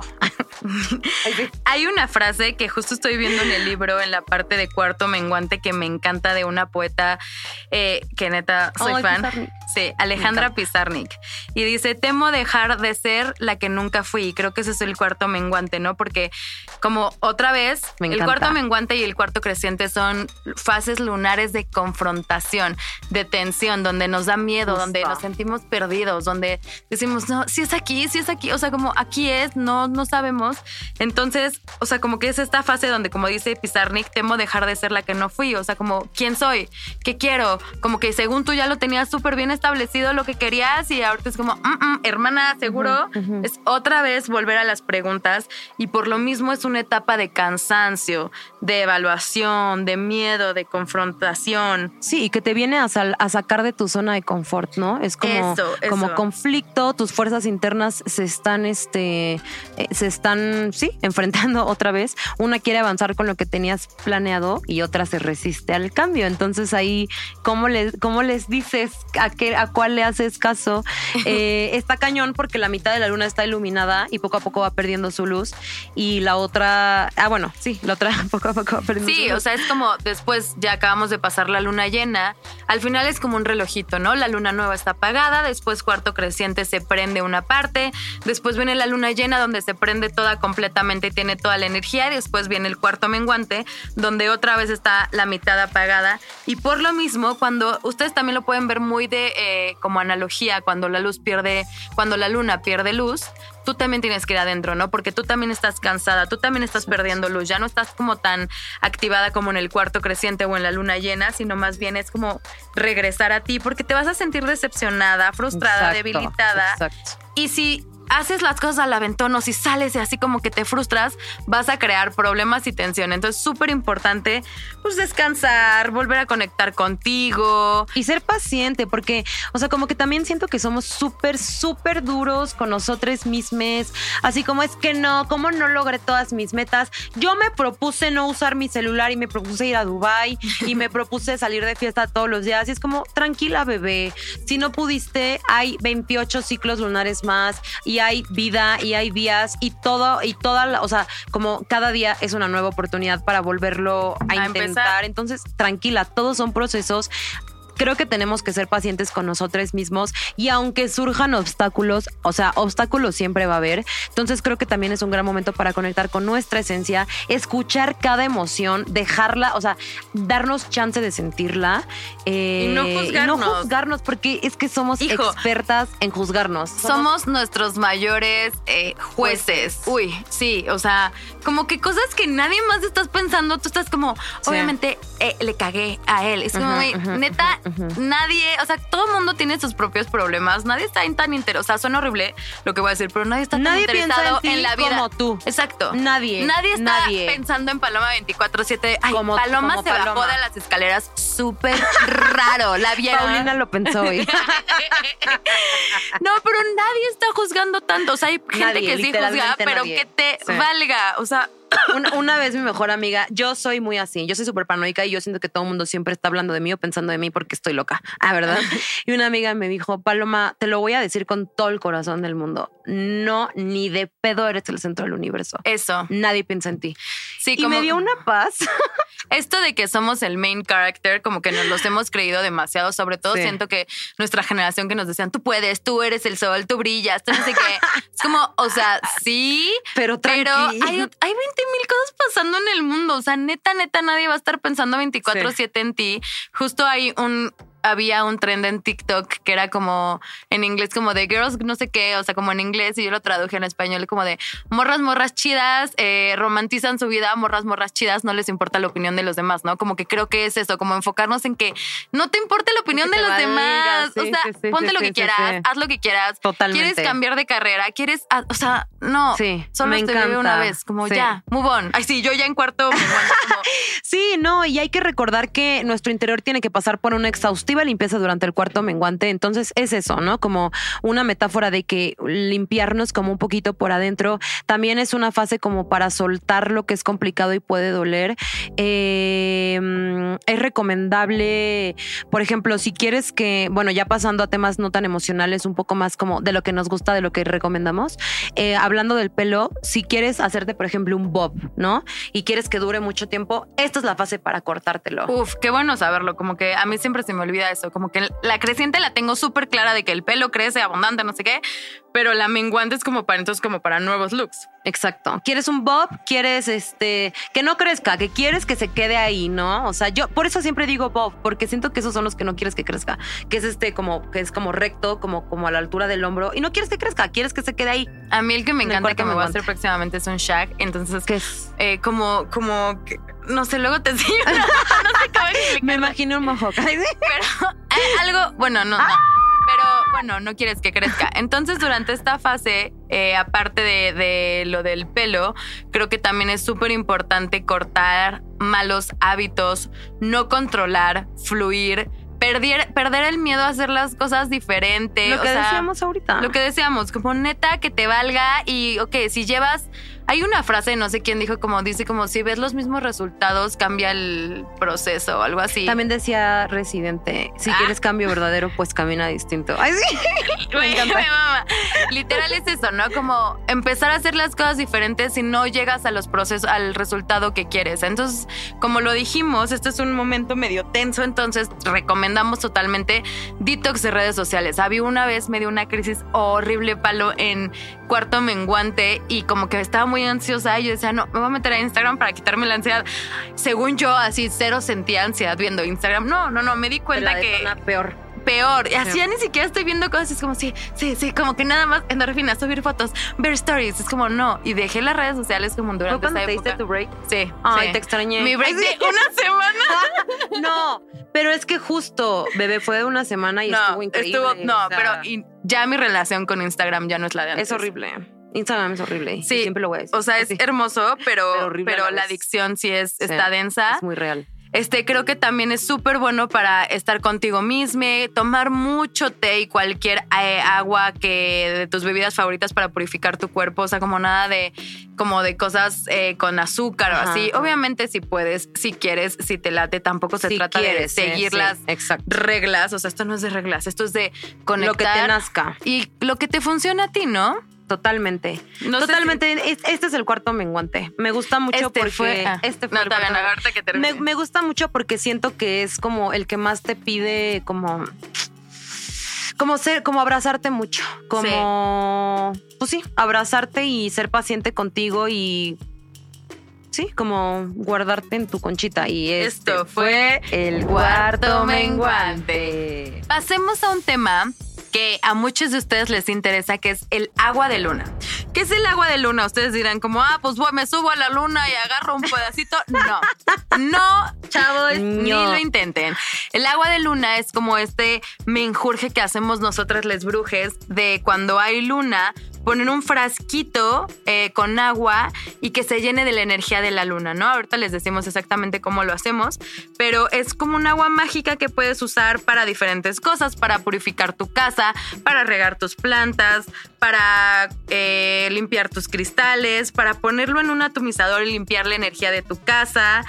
S2: Hay una frase que justo estoy viendo en el libro, en la parte de cuarto menguante, que me encanta, de una poeta eh, que neta soy
S1: Ay,
S2: fan.
S1: Pizarnik.
S2: Sí, Alejandra Pizarnik. Y dice, temo dejar de ser la que nunca fui. Y creo que ese es el cuarto menguante, ¿no? Porque como otra vez,
S1: me
S2: el
S1: encanta.
S2: Cuarto menguante y el cuarto creciente son fases lunares de confrontación, de tensión, donde nos da miedo,
S1: Justo.
S2: donde nos sentimos perdidos, donde decimos, no, si es aquí, si es aquí. O sea, como aquí es, no, no sabemos. Entonces, o sea, como que es esta fase donde, como dice Pizarnik, temo dejar de ser la que no fui. O sea, como, ¿quién soy? ¿Qué quiero? Como que según tú ya lo tenías súper bien establecido lo que querías y ahorita es como, mm, mm, hermana, seguro.
S1: Uh-huh, uh-huh.
S2: Es otra vez volver a las preguntas y por lo mismo es una etapa de cansancio, de evaluación, de miedo, de confrontación.
S1: Sí, y que te viene a, sal- a sacar de tu zona de confort, ¿no? Es como,
S2: Eso, eso.
S1: como conflicto, tus fuerzas internas se están, este, eh, se están, sí, enfrentando otra vez. Una quiere avanzar con lo que tenías planeado y otra se resiste al cambio. Entonces ahí, ¿cómo les, cómo les dices a qué, a cuál le haces caso? Eh, está cañón porque la mitad de la luna está iluminada y poco a poco va perdiendo su luz y la otra, ah, bueno, sí, la otra poco a poco va perdiendo
S2: Sí,
S1: su luz.
S2: o sea, es como después ya acabamos de pasar la luna llena. Al final es como un relojito, ¿no? La luna nueva está apagada, después cuarto creciente se prende una parte, después viene la luna llena donde se prende toda completamente y tiene toda la energía, y después viene el cuarto menguante donde otra vez está la mitad apagada. Y por lo mismo, cuando ustedes también lo pueden ver muy de eh, como analogía, cuando la luz pierde, cuando la luna pierde luz, tú también tienes que ir adentro, ¿no? Porque tú también estás cansada, tú también estás perdiendo luz, ya no estás como tan activada como en el cuarto creciente o en la luna llena, sino más bien es como regresar a ti, porque te vas a sentir decepcionada, frustrada,
S1: Exacto,
S2: debilitada.
S1: Exacto.
S2: Y si haces las cosas al aventón o si sales y así como que te frustras, vas a crear problemas y tensión. Entonces, súper importante, pues, descansar, volver a conectar contigo.
S1: Y ser paciente, porque, o sea, como que también siento que somos súper, súper duros con nosotros mismos. Así como es que no, como no logré todas mis metas. Yo me propuse no usar mi celular y me propuse ir a Dubái y me propuse salir de fiesta todos los días. Y es como, tranquila, bebé. Si no pudiste, hay veintiocho ciclos lunares más y hay vida y hay días y todo, y toda la, o sea, como cada día es una nueva oportunidad para volverlo a,
S2: A
S1: intentar.
S2: empezar.
S1: Entonces, tranquila, todos son procesos. creo que tenemos que ser pacientes con nosotros mismos y aunque surjan obstáculos, o sea, obstáculos siempre va a haber. Entonces creo que también es un gran momento para conectar con nuestra esencia, escuchar cada emoción, dejarla, o sea, darnos chance de sentirla.
S2: Eh, y no juzgarnos.
S1: Y no juzgarnos porque es que somos Hijo, expertas en juzgarnos.
S2: Somos, somos nuestros mayores eh, jueces. Uy, sí, o sea, como que cosas que nadie más estás pensando, tú estás como, sí. obviamente eh, le cagué a él. Es como, uh -huh, uh -huh, neta, uh -huh. nadie, o sea, todo el mundo tiene sus propios problemas. Nadie está tan interesado, o sea, suena horrible lo que voy a decir, pero nadie está
S1: nadie
S2: tan interesado
S1: en,
S2: en la vida.
S1: Como tú.
S2: Exacto.
S1: Nadie.
S2: Nadie está
S1: nadie.
S2: pensando en Paloma veinticuatro siete. Ay,
S1: como,
S2: Paloma
S1: como
S2: se
S1: Paloma.
S2: bajó de las escaleras súper raro. La vieron.
S1: Paulina lo pensó hoy.
S2: No, pero nadie está juzgando tanto. O sea, hay gente
S1: nadie,
S2: que sí juzga, pero
S1: nadie.
S2: que te
S1: sí.
S2: valga. O sea,
S1: una, una vez mi mejor amiga, yo soy muy así, yo soy súper paranoica y yo siento que todo el mundo siempre está hablando de mí o pensando de mí porque estoy loca. Ah, ¿verdad? Y una amiga me dijo, Paloma, te lo voy a decir con todo el corazón del mundo. No, ni de pedo eres el centro del universo.
S2: Eso.
S1: Nadie piensa en ti.
S2: Sí,
S1: y
S2: como
S1: me dio una paz.
S2: Esto de que somos el main character, como que nos los hemos creído demasiado. Sobre todo sí. siento que nuestra generación que nos decían, tú puedes, tú eres el sol, tú brillas, tú no sé qué. Es como, o sea, sí,
S1: pero,
S2: pero hay, hay veinte mil cosas pasando en el mundo. O sea, neta, neta, nadie va a estar pensando veinticuatro siete sí. en ti. Justo hay un... había un trend en TikTok que era como en inglés como de girls no sé qué, o sea, como en inglés y yo lo traduje en español como de morras, morras chidas, eh, romantizan su vida, morras, morras chidas, no les importa la opinión de los demás, ¿no? Como que creo que es eso, como enfocarnos en que no te importe la opinión de los valga, demás. Sí, o sea, sí, sí, ponte sí, lo que sí, quieras, sí. haz lo que quieras.
S1: Totalmente.
S2: ¿Quieres cambiar de carrera? ¿Quieres? O sea, no.
S1: Sí,
S2: solo
S1: me
S2: te
S1: encanta.
S2: vive una vez, como
S1: sí.
S2: ya, move on. Ay, sí, yo ya en cuarto me encuentro como...
S1: Sí, no, y hay que recordar que nuestro interior tiene que pasar por una exhaustiva limpieza durante el cuarto menguante. Entonces es eso, ¿no? Como una metáfora de que limpiarnos como un poquito por adentro. También es una fase como para soltar lo que es complicado y puede doler. Eh, es recomendable, por ejemplo, si quieres que, bueno, ya pasando a temas no tan emocionales, un poco más como de lo que nos gusta, de lo que recomendamos. Eh, hablando del pelo, si quieres hacerte, por ejemplo, un bob, ¿no? Y quieres que dure mucho tiempo, esta es la fase para cortártelo.
S2: Uf, qué bueno saberlo. Como que a mí siempre se me olvida eso. Como que la creciente la tengo súper clara de que el pelo crece abundante, no sé qué, pero la menguante es como para entonces como para nuevos looks.
S1: Exacto. ¿Quieres un bob? ¿Quieres este que no crezca? ¿Que quieres que se quede ahí, no? O sea, yo por eso siempre digo bob, porque siento que esos son los que no quieres que crezca, que es este como que es como recto, como como a la altura del hombro y no quieres que crezca, quieres que se quede ahí.
S2: A mí el que me encanta que me voy a hacer próximamente es un shag, entonces
S1: ¿qué es?
S2: Eh, como como que, no sé, luego te enseño. No sé cómo explicarlo.
S1: Me imaginé un mohawk.
S2: Pero hay algo, bueno, no, no. Pero bueno, no quieres que crezca. Entonces, durante esta fase, eh, aparte de, de lo del pelo, creo que también es súper importante cortar malos hábitos, no controlar, fluir, perder, perder el miedo a hacer las cosas diferentes.
S1: Lo que
S2: o sea,
S1: decíamos ahorita.
S2: Lo que decíamos, como neta que te valga y, ok, si llevas... Hay una frase, no sé quién dijo, como dice, como si ves los mismos resultados, cambia el proceso o algo así.
S1: También decía Residente, si ah. quieres cambio verdadero, pues camina distinto. Ay, sí.
S2: Me encanta. Me mama. Literal es eso, ¿no? Como empezar a hacer las cosas diferentes si no llegas a los procesos, al resultado que quieres. Entonces, como lo dijimos, este es un momento medio tenso, entonces recomendamos totalmente detox de redes sociales. Había una vez, me dio una crisis horrible, Palo, en cuarto menguante y como que estaba muy ansiosa y yo decía, no, me voy a meter a Instagram para quitarme la ansiedad. Según yo, así cero sentía ansiedad viendo Instagram. No, no, no, me di cuenta
S1: Pero
S2: que...
S1: Una peor.
S2: Peor. Así ya ni siquiera estoy viendo cosas. Es como, sí, sí, sí, como que nada más endorfina, subir fotos, ver stories. Es como, no. Y dejé las redes sociales como durante esa época.
S1: ¿Te diste tu break?
S2: Sí.
S1: Ay,
S2: sí.
S1: te extrañé.
S2: Mi break
S1: Ay, sí.
S2: de una semana.
S1: No, pero es que justo, bebé, fue de una semana y
S2: no,
S1: estuvo increíble.
S2: Estuvo, no,
S1: o sea,
S2: pero y ya mi relación con Instagram ya no es la de antes.
S1: Es horrible. Instagram es horrible.
S2: Sí.
S1: Siempre lo voy a decir.
S2: O sea, es
S1: sí.
S2: hermoso, pero,
S1: pero, horrible
S2: pero
S1: la,
S2: la adicción sí es, sí, está densa.
S1: Es muy real.
S2: Este, creo que también es súper bueno para estar contigo mismo, tomar mucho té y cualquier eh, agua que de tus bebidas favoritas para purificar tu cuerpo, o sea, como nada de como de cosas eh, con azúcar ajá, o así. Ajá. Obviamente si puedes, si quieres, si te late, tampoco se
S1: si
S2: trata
S1: quieres,
S2: de seguir
S1: sí,
S2: las
S1: sí,
S2: reglas, o sea, esto no es de reglas, esto es de conectar.
S1: Lo que te nazca.
S2: Y lo que te funciona a ti, ¿no?
S1: Totalmente.
S2: No sé
S1: Totalmente. Si... Este es el cuarto menguante. Me gusta mucho
S2: este
S1: porque...
S2: Fue, ah,
S1: este fue
S2: no, todavía no, ahorita que termine.
S1: Me, me gusta mucho porque siento que es como el que más te pide como... Como ser, como abrazarte mucho. Como... Sí. Pues sí, abrazarte y ser paciente contigo y... Sí, como guardarte en tu conchita. Y este
S2: esto fue el cuarto menguante. Pasemos a un tema que a muchos de ustedes les interesa, que es el agua de luna. ¿Qué es el agua de luna? Ustedes dirán como, ah, pues bueno, me subo a la luna y agarro un pedacito. No, no, chavos, no. Ni lo intenten. El agua de luna es como este menjurje que hacemos nosotras les brujes de cuando hay luna, poner un frasquito eh, con agua y que se llene de la energía de la luna, ¿no? Ahorita les decimos exactamente cómo lo hacemos, pero es como un agua mágica que puedes usar para diferentes cosas, para purificar tu casa, para regar tus plantas, para eh, limpiar tus cristales, para ponerlo en un atomizador y limpiar la energía de tu casa,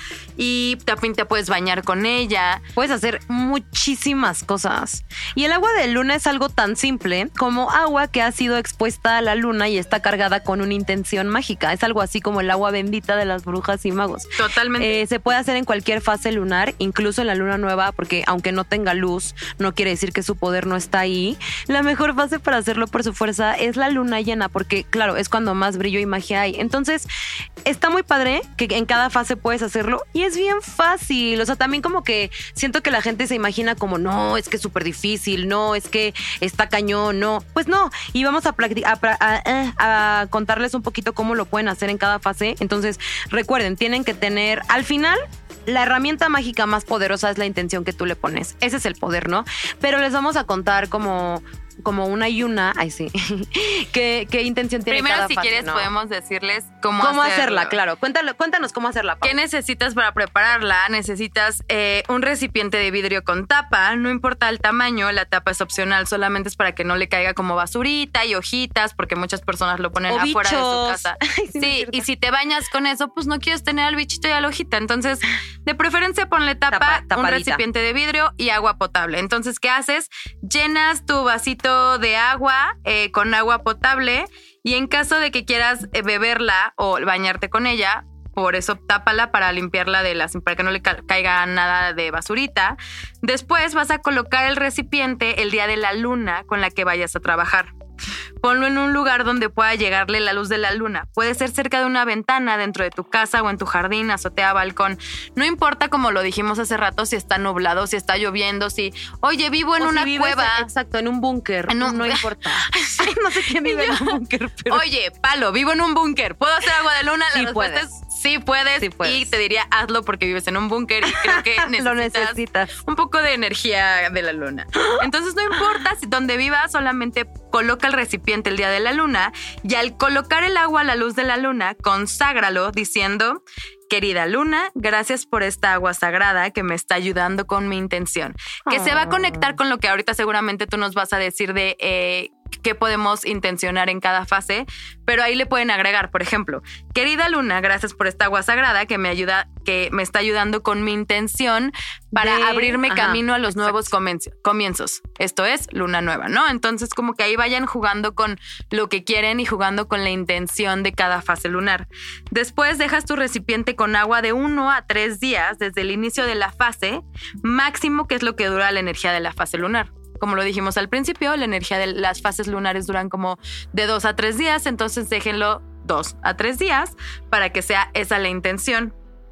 S2: y también te puedes bañar con ella.
S1: Puedes hacer muchísimas cosas. Y el agua de luna es algo tan simple como agua que ha sido expuesta a la luna y está cargada con una intención mágica. Es algo así como el agua bendita de las brujas y magos.
S2: Totalmente.
S1: Eh, se puede hacer en cualquier fase lunar, incluso en la luna nueva, porque aunque no tenga luz, no quiere decir que su poder no está ahí. La mejor fase para hacerlo por su fuerza es la luna llena, porque claro, es cuando más brillo y magia hay. Entonces, está muy padre que en cada fase puedes hacerlo y es bien fácil. O sea, también como que siento que la gente se imagina como, no, es que es súper difícil, no, es que está cañón, no. Pues no, y vamos a practicar, a, a, a contarles un poquito cómo lo pueden hacer en cada fase. Entonces, recuerden, tienen que tener, al final, la herramienta mágica más poderosa es la intención que tú le pones. Ese es el poder, ¿no? Pero les vamos a contar como... como una y una, ay sí, ¿Qué, qué intención tiene
S2: Primero,
S1: cada
S2: si
S1: fase,
S2: quieres,
S1: ¿no?
S2: podemos decirles cómo,
S1: ¿Cómo
S2: hacerlo.
S1: hacerla? Claro, Cuéntalo, cuéntanos cómo hacerla, Pau.
S2: ¿Qué necesitas para prepararla? Necesitas eh, un recipiente de vidrio con tapa, no importa el tamaño, la tapa es opcional, solamente es para que no le caiga como basurita y hojitas, porque muchas personas lo ponen
S1: o
S2: afuera
S1: bichos.
S2: de su casa.
S1: Ay, sí,
S2: sí, y si te bañas con eso, pues no quieres tener al bichito y a la hojita, entonces de preferencia ponle tapa,
S1: Tapa,
S2: un recipiente de vidrio y agua potable. Entonces, ¿qué haces? Llenas tu vasito de agua Eh, con agua potable, y en caso de que quieras eh, beberla o bañarte con ella, por eso tápala para limpiarla de las, para que no le ca- caiga nada de basurita. Después vas a colocar el recipiente el día de la luna con la que vayas a trabajar. Ponlo en un lugar donde pueda llegarle la luz de la luna. Puede ser cerca de una ventana, dentro de tu casa o en tu jardín, azotea, balcón. No importa, como lo dijimos hace rato, si está nublado, si está lloviendo, si, oye, vivo en
S1: o
S2: una
S1: si vives,
S2: cueva.
S1: Exacto, en un búnker.
S2: En un...
S1: No importa. No sé quién vive en un búnker, pero...
S2: Oye, Palo, vivo en un búnker. ¿Puedo hacer agua de luna? La
S1: Sí
S2: respuesta
S1: puedes.
S2: es sí puedes,
S1: Sí puedes.
S2: y te diría hazlo porque vives en un búnker y creo que necesitas,
S1: Lo necesitas.
S2: un poco de energía de la luna. Entonces no importa si donde vivas, solamente coloca el recipiente el día de la luna, y al colocar el agua a la luz de la luna, conságralo diciendo: querida luna, gracias por esta agua sagrada que me está ayudando con mi intención. Que oh. se va a conectar con lo que ahorita seguramente tú nos vas a decir de eh, qué podemos intencionar en cada fase, pero ahí le pueden agregar, por ejemplo, querida luna, gracias por esta agua sagrada que me ayuda, que me está ayudando con mi intención para de, abrirme ajá, camino a los exacto. nuevos comienzos. Esto es luna nueva, ¿no? Entonces como que ahí vayan jugando con lo que quieren y jugando con la intención de cada fase lunar. Después dejas tu recipiente con agua de uno a tres días desde el inicio de la fase máximo, que es lo que dura la energía de la fase lunar. Como lo dijimos al principio, la energía de las fases lunares duran como de dos a tres días, entonces déjenlo dos a tres días para que sea esa la intención.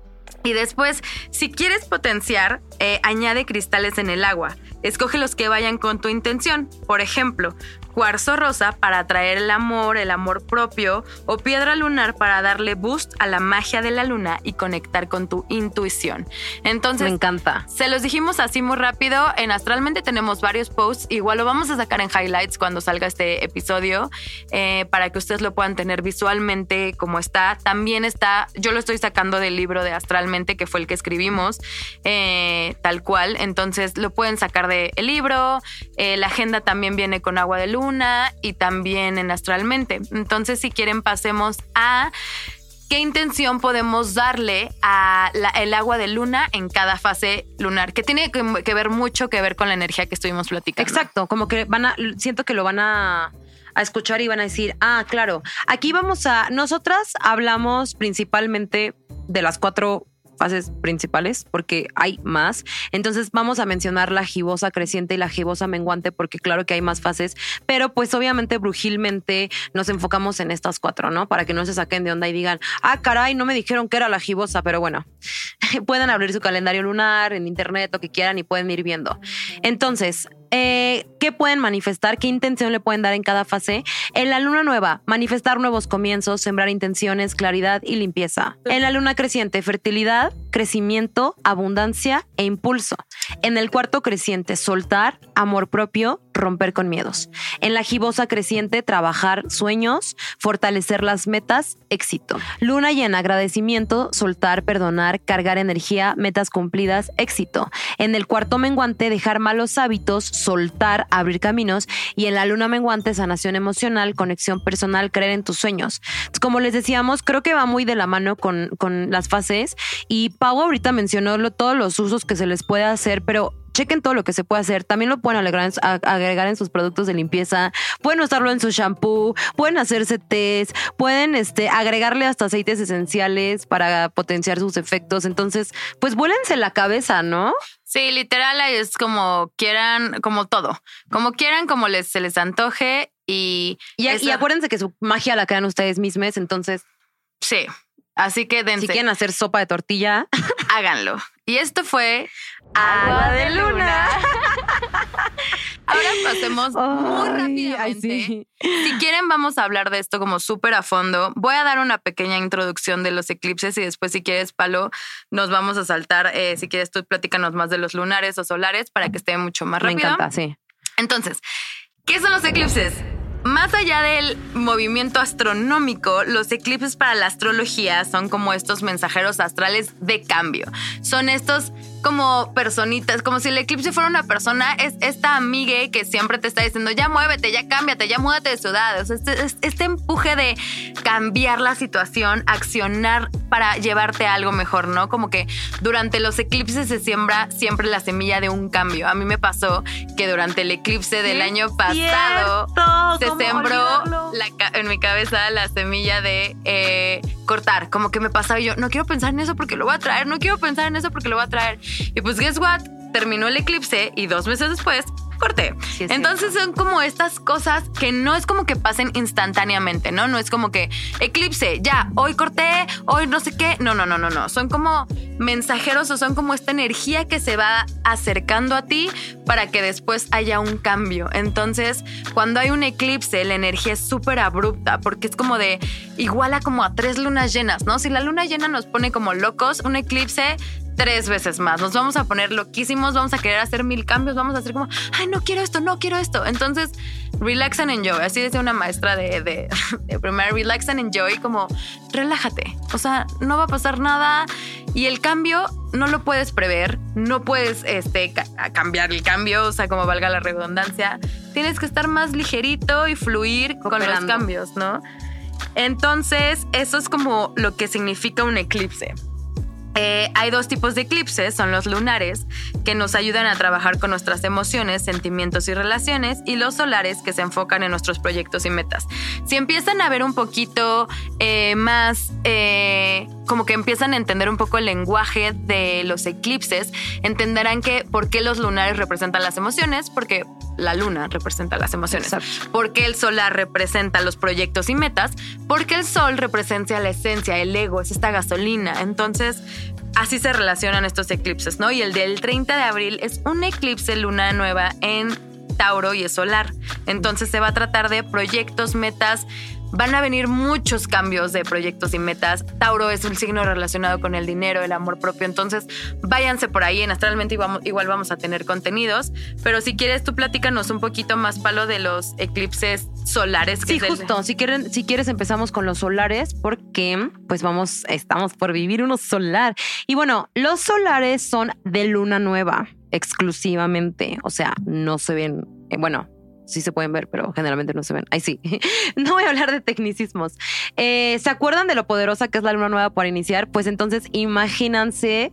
S2: Y después, si quieres potenciar, eh, añade cristales en el agua. Escoge los que vayan con tu intención. Por ejemplo, cuarzo rosa para atraer el amor, el amor propio, o piedra lunar para darle boost a la magia de la luna y conectar con tu intuición. Entonces,
S1: me encanta.
S2: Se los dijimos así muy rápido. En Astralmente tenemos varios posts. Igual lo vamos a sacar en highlights cuando salga este episodio, eh, para que ustedes lo puedan tener visualmente como está. También está, yo lo estoy sacando del libro de Astralmente, que fue el que escribimos, eh, tal cual. Entonces lo pueden sacar del libro. Eh, la agenda también viene con agua de luna y también en Astralmente. Entonces, si quieren, pasemos a qué intención podemos darle a la, el agua de luna en cada fase lunar, que tiene que, que ver mucho que ver con la energía que estuvimos platicando.
S1: Exacto, como que van a, siento que lo van a a escuchar y van a decir, ah, claro, aquí vamos a, nosotras hablamos principalmente de las cuatro fases principales porque hay más. Entonces vamos a mencionar la gibosa creciente y la gibosa menguante porque claro que hay más fases, pero pues obviamente brujilmente nos enfocamos en estas cuatro, ¿no? Para que no se saquen de onda y digan, ah, caray, no me dijeron que era la gibosa, pero bueno, pueden abrir su calendario lunar en internet, lo que quieran y pueden ir viendo. Entonces, Eh, ¿qué pueden manifestar? ¿Qué intención le pueden dar en cada fase? En la luna nueva, manifestar nuevos comienzos, sembrar intenciones, claridad y limpieza. En la luna creciente, fertilidad, crecimiento, abundancia e impulso. En el cuarto creciente, soltar, amor propio, romper con miedos. En la gibosa creciente, trabajar sueños, fortalecer las metas, éxito. Luna llena, agradecimiento, soltar, perdonar, cargar energía, metas cumplidas, éxito. En el cuarto menguante, dejar malos hábitos, soltar, abrir caminos. Y en la luna menguante, sanación emocional, conexión personal, creer en tus sueños. Entonces, como les decíamos, creo que va muy de la mano con, con las fases. Y Pau ahorita mencionó lo, todos los usos que se les puede hacer, pero chequen todo lo que se puede hacer. También lo pueden agregar, agregar en sus productos de limpieza. Pueden usarlo en su shampoo. Pueden hacerse tés. Pueden este, agregarle hasta aceites esenciales para potenciar sus efectos. Entonces, pues vuélense la cabeza, ¿no?
S2: Sí, literal es como quieran, como todo. Como quieran, como les, se les antoje. Y,
S1: y, y acuérdense que su magia la crean ustedes mismos. Entonces,
S2: sí. Así que dense.
S1: Si quieren hacer sopa de tortilla,
S2: háganlo. Y esto fue
S1: Agua de Luna.
S2: Ahora pasemos ay, muy rápidamente. Ay, sí. Si quieren, vamos a hablar de esto como súper a fondo. Voy a dar una pequeña introducción de los eclipses y después, si quieres, Palo, nos vamos a saltar. Eh, si quieres, tú platícanos más de los lunares o solares para que esté mucho más rápido.
S1: Me encanta, sí.
S2: Entonces, ¿qué son los eclipses? Más allá del movimiento astronómico, los eclipses para la astrología son como estos mensajeros astrales de cambio. Son estos como personitas, como si el eclipse fuera una persona, es esta amiga que siempre te está diciendo, ya muévete, ya cámbiate, ya múdate de ciudad. O sea, este, este empuje de cambiar la situación, accionar para llevarte a algo mejor, ¿no? Como que durante los eclipses se siembra siempre la semilla de un cambio. A mí me pasó que durante el eclipse del año pasado se sembró la, en mi cabeza la semilla de eh, cortar. Como que me pasaba y yo, no quiero pensar en eso porque lo voy a traer, no quiero pensar en eso porque lo voy a traer. Y pues, guess what? Terminó el eclipse y dos meses después corté. Sí, entonces son como estas cosas que no es como que pasen instantáneamente, ¿no? No es como que eclipse, ya, hoy corté, hoy no sé qué. No, no, no, no, no. Son como mensajeros o son como esta energía que se va acercando a ti para que después haya un cambio. Entonces, cuando hay un eclipse, la energía es súper abrupta porque es como de igual a como a tres lunas llenas, ¿no? Si la luna llena nos pone como locos, un eclipse tres veces más. Nos vamos a poner loquísimos, vamos a querer hacer mil cambios, vamos a hacer como, ay, no quiero esto, no quiero esto. Entonces, relax and enjoy. Así decía una maestra de, de, de primaria, relax and enjoy, como relájate. O sea, no va a pasar nada y el cambio no lo puedes prever, no puedes este, ca- cambiar el cambio, o sea, como valga la redundancia. Tienes que estar más ligerito y fluir Cooperando. Con los cambios, ¿no? Entonces, eso es como lo que significa un eclipse. Eh, hay dos tipos de eclipses, son los lunares, que nos ayudan a trabajar con nuestras emociones, sentimientos y relaciones, y los solares, que se enfocan en nuestros proyectos y metas. Si empiezan a ver un poquito eh, más, eh, como que empiezan a entender un poco el lenguaje de los eclipses, entenderán que por qué los lunares representan las emociones, porque la luna representa las emociones. Exacto. ¿Por qué el solar representa los proyectos y metas? Porque el sol representa la esencia, el ego, es esta gasolina. Entonces, así se relacionan estos eclipses, ¿no? Y el del treinta de abril es un eclipse luna nueva en Tauro y es solar. Entonces se va a tratar de proyectos, metas. Van a venir muchos cambios de proyectos y metas. Tauro es un signo relacionado con el dinero, el amor propio. Entonces, váyanse por ahí. En Astralmente igual, igual vamos a tener contenidos. Pero si quieres, tú platícanos un poquito más, Palo, de los eclipses solares. Que
S1: sí, es justo. El... Si, quieren, si quieres, empezamos con los solares porque pues vamos, estamos por vivir uno solar. Y bueno, los solares son de luna nueva exclusivamente. O sea, no se ven... Eh, bueno... sí se pueden ver, pero generalmente no se ven. Ay, sí. No voy a hablar de tecnicismos. Eh, ¿Se acuerdan de lo poderosa que es la luna nueva para iniciar? Pues entonces imagínense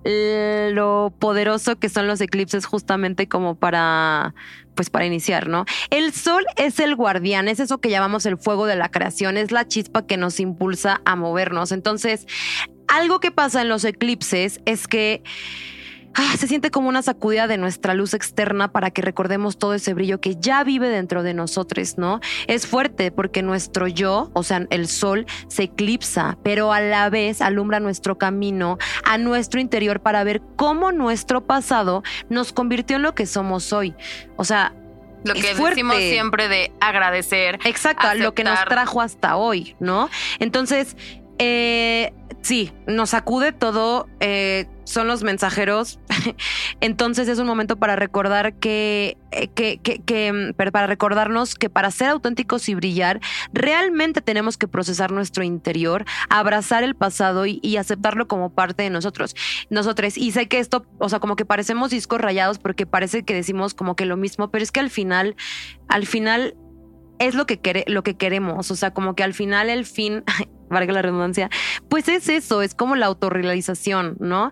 S1: lo poderoso que son los eclipses justamente como para... pues para iniciar, ¿no? El sol es el guardián, es eso que llamamos el fuego de la creación, es la chispa que nos impulsa a movernos. Entonces, algo que pasa en los eclipses es que ah, se siente como una sacudida de nuestra luz externa para que recordemos todo ese brillo que ya vive dentro de nosotros, ¿no? Es fuerte porque nuestro yo, o sea, el sol, se eclipsa, pero a la vez alumbra nuestro camino a nuestro interior para ver cómo nuestro pasado nos convirtió en lo que somos hoy. O sea,
S2: lo que decimos siempre de agradecer.
S1: Exacto, aceptar. Lo que nos trajo hasta hoy, ¿no? Entonces, eh, sí, nos sacude todo, eh, son los mensajeros. Entonces es un momento para recordar que, que, que, que, para recordarnos que para ser auténticos y brillar, realmente tenemos que procesar nuestro interior, abrazar el pasado y, y aceptarlo como parte de nosotros. Nosotros, y sé que esto, o sea, como que parecemos discos rayados porque parece que decimos como que lo mismo, pero es que al final, al final es lo que, quere, lo que queremos. O sea, como que al final el fin... valga la redundancia, pues es eso, es como la autorrealización, ¿no?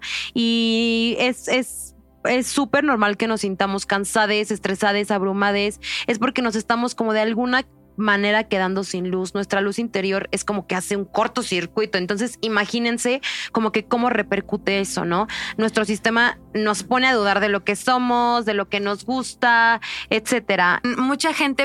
S1: Y es, es, es súper normal que nos sintamos cansades, estresades, abrumades, es porque nos estamos como de alguna manera quedando sin luz. Nuestra luz interior es como que hace un cortocircuito. Entonces imagínense como que cómo repercute eso, ¿no? Nuestro sistema nos pone a dudar de lo que somos, de lo que nos gusta, etcétera.
S2: Mucha gente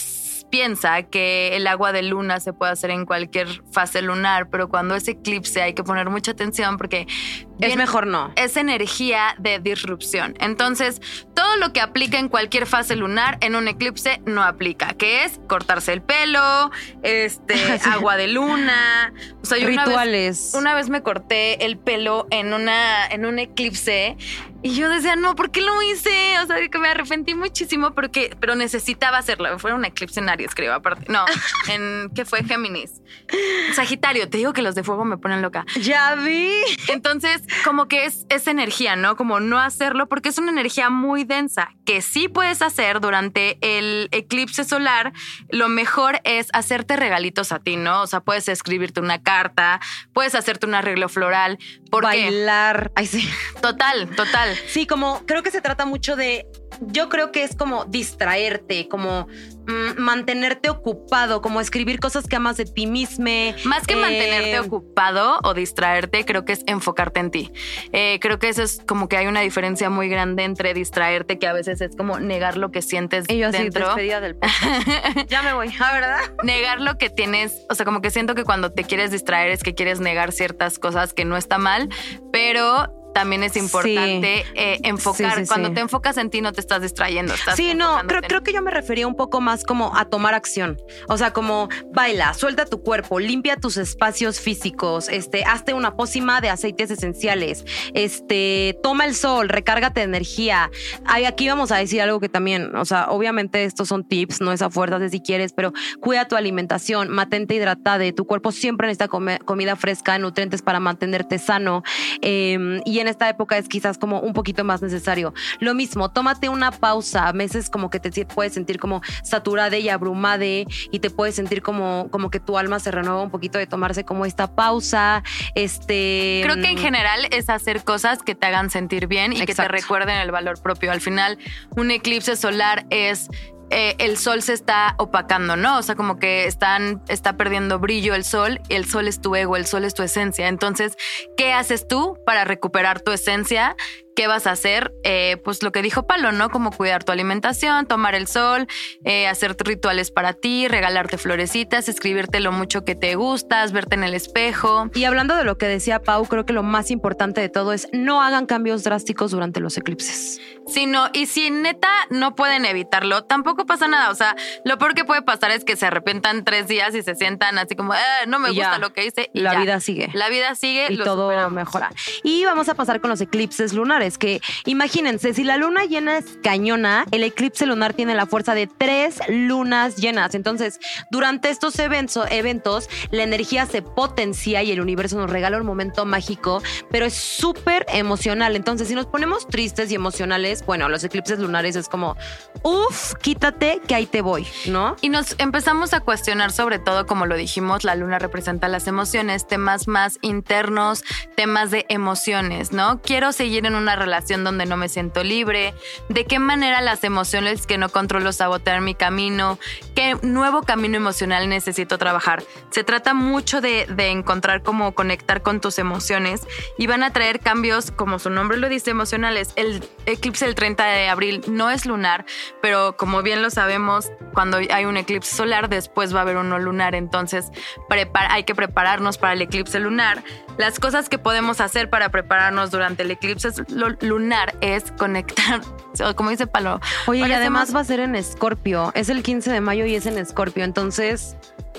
S2: piensa que el agua de luna se puede hacer en cualquier fase lunar, pero cuando es eclipse hay que poner mucha atención porque
S1: es mejor no.
S2: Es energía de disrupción. Entonces, todo lo que aplica en cualquier fase lunar en un eclipse no aplica, que es cortarse el pelo, este, sí. agua de luna, o sea, yo
S1: rituales.
S2: Una vez, una vez me corté el pelo en una en un eclipse. Y yo decía, no, ¿por qué lo hice? O sea, que me arrepentí muchísimo, porque, pero necesitaba hacerlo. Fue un eclipse en Aries, creo, aparte. No, en ¿qué fue? Géminis. Sagitario, te digo que los de fuego me ponen loca.
S1: Ya vi.
S2: Entonces, como que es esa energía, ¿no? Como no hacerlo, porque es una energía muy densa, que sí puedes hacer durante el eclipse solar. Lo mejor es hacerte regalitos a ti, ¿no? O sea, puedes escribirte una carta, puedes hacerte un arreglo floral. ¿Por
S1: Bailar.
S2: qué?
S1: Ay, sí.
S2: Total, total.
S1: Sí, como creo que se trata mucho de, yo creo que es como distraerte, como mm, mantenerte ocupado, como escribir cosas que amas de ti mismo.
S2: Más que
S1: eh,
S2: mantenerte ocupado o distraerte, creo que es enfocarte en ti. Eh, creo que eso es como que hay una diferencia muy grande entre distraerte, que a veces es como negar lo que sientes
S1: y yo
S2: dentro.
S1: Así, despedida del ya me voy, ¿ah, verdad?
S2: Negar lo que tienes, o sea, como que siento que cuando te quieres distraer es que quieres negar ciertas cosas, que no está mal, pero también es importante sí. eh, enfocar. Sí, sí, Cuando sí. te enfocas en ti no te estás distrayendo. Estás
S1: sí, no, creo, creo que yo me refería un poco más como a tomar acción. O sea, como baila, suelta tu cuerpo, limpia tus espacios físicos, este, hazte una pócima de aceites esenciales, este, toma el sol, recárgate de energía. Ay, aquí vamos a decir algo que también, o sea, obviamente estos son tips, no es a fuerzas de si quieres, pero cuida tu alimentación, mantente hidratada, tu cuerpo siempre necesita come, comida fresca, nutrientes para mantenerte sano, eh, y en esta época es quizás como un poquito más necesario. Lo mismo, tómate una pausa. A veces como que te puedes sentir como saturada y abrumada y te puedes sentir como, como que tu alma se renueva un poquito de tomarse como esta pausa. Este...
S2: Creo que en general es hacer cosas que te hagan sentir bien y Exacto. que te recuerden el valor propio. Al final, un eclipse solar es... Eh, el sol se está opacando, ¿no? O sea, como que están, está perdiendo brillo el sol, y el sol es tu ego, el sol es tu esencia. Entonces, ¿qué haces tú para recuperar tu esencia? ¿Qué vas a hacer? Eh, pues lo que dijo Palo, ¿no? Como cuidar tu alimentación, tomar el sol, eh, hacer rituales para ti, regalarte florecitas, escribirte lo mucho que te gustas, verte en el espejo.
S1: Y hablando de lo que decía Pau, creo que lo más importante de todo es no hagan cambios drásticos durante los eclipses.
S2: Sí, no, y si neta no pueden evitarlo, tampoco pasa nada. O sea, lo peor que puede pasar es que se arrepientan tres días y se sientan así como, eh, no me
S1: y
S2: gusta
S1: ya,
S2: lo que hice. Y
S1: la
S2: ya.
S1: vida sigue.
S2: La vida sigue
S1: y
S2: lo
S1: todo
S2: superamos.
S1: mejora. Y vamos a pasar con los eclipses lunares. es que imagínense, si la luna llena es cañona, el eclipse lunar tiene la fuerza de tres lunas llenas. Entonces, durante estos eventos, eventos la energía se potencia y el universo nos regala un momento mágico, pero es súper emocional. Entonces, si nos ponemos tristes y emocionales, bueno, los eclipses lunares es como, uff, quítate que ahí te voy, ¿no?
S2: Y nos empezamos a cuestionar, sobre todo, como lo dijimos, la luna representa las emociones, temas más internos, temas de emociones, ¿no? Quiero seguir en una relación donde no me siento libre, de qué manera las emociones que no controlo sabotean mi camino, qué nuevo camino emocional necesito trabajar. Se trata mucho de, de encontrar cómo conectar con tus emociones y van a traer cambios, como su nombre lo dice, emocionales. El eclipse del treinta de abril no es lunar, pero como bien lo sabemos, cuando hay un eclipse solar, después va a haber uno lunar, entonces prepara, hay que prepararnos para el eclipse lunar. Las cosas que podemos hacer para prepararnos durante el eclipse lunar es conectar, como dice Palo.
S1: Oye, y además va a ser en Escorpio, es el quince de mayo y es en Escorpio, entonces...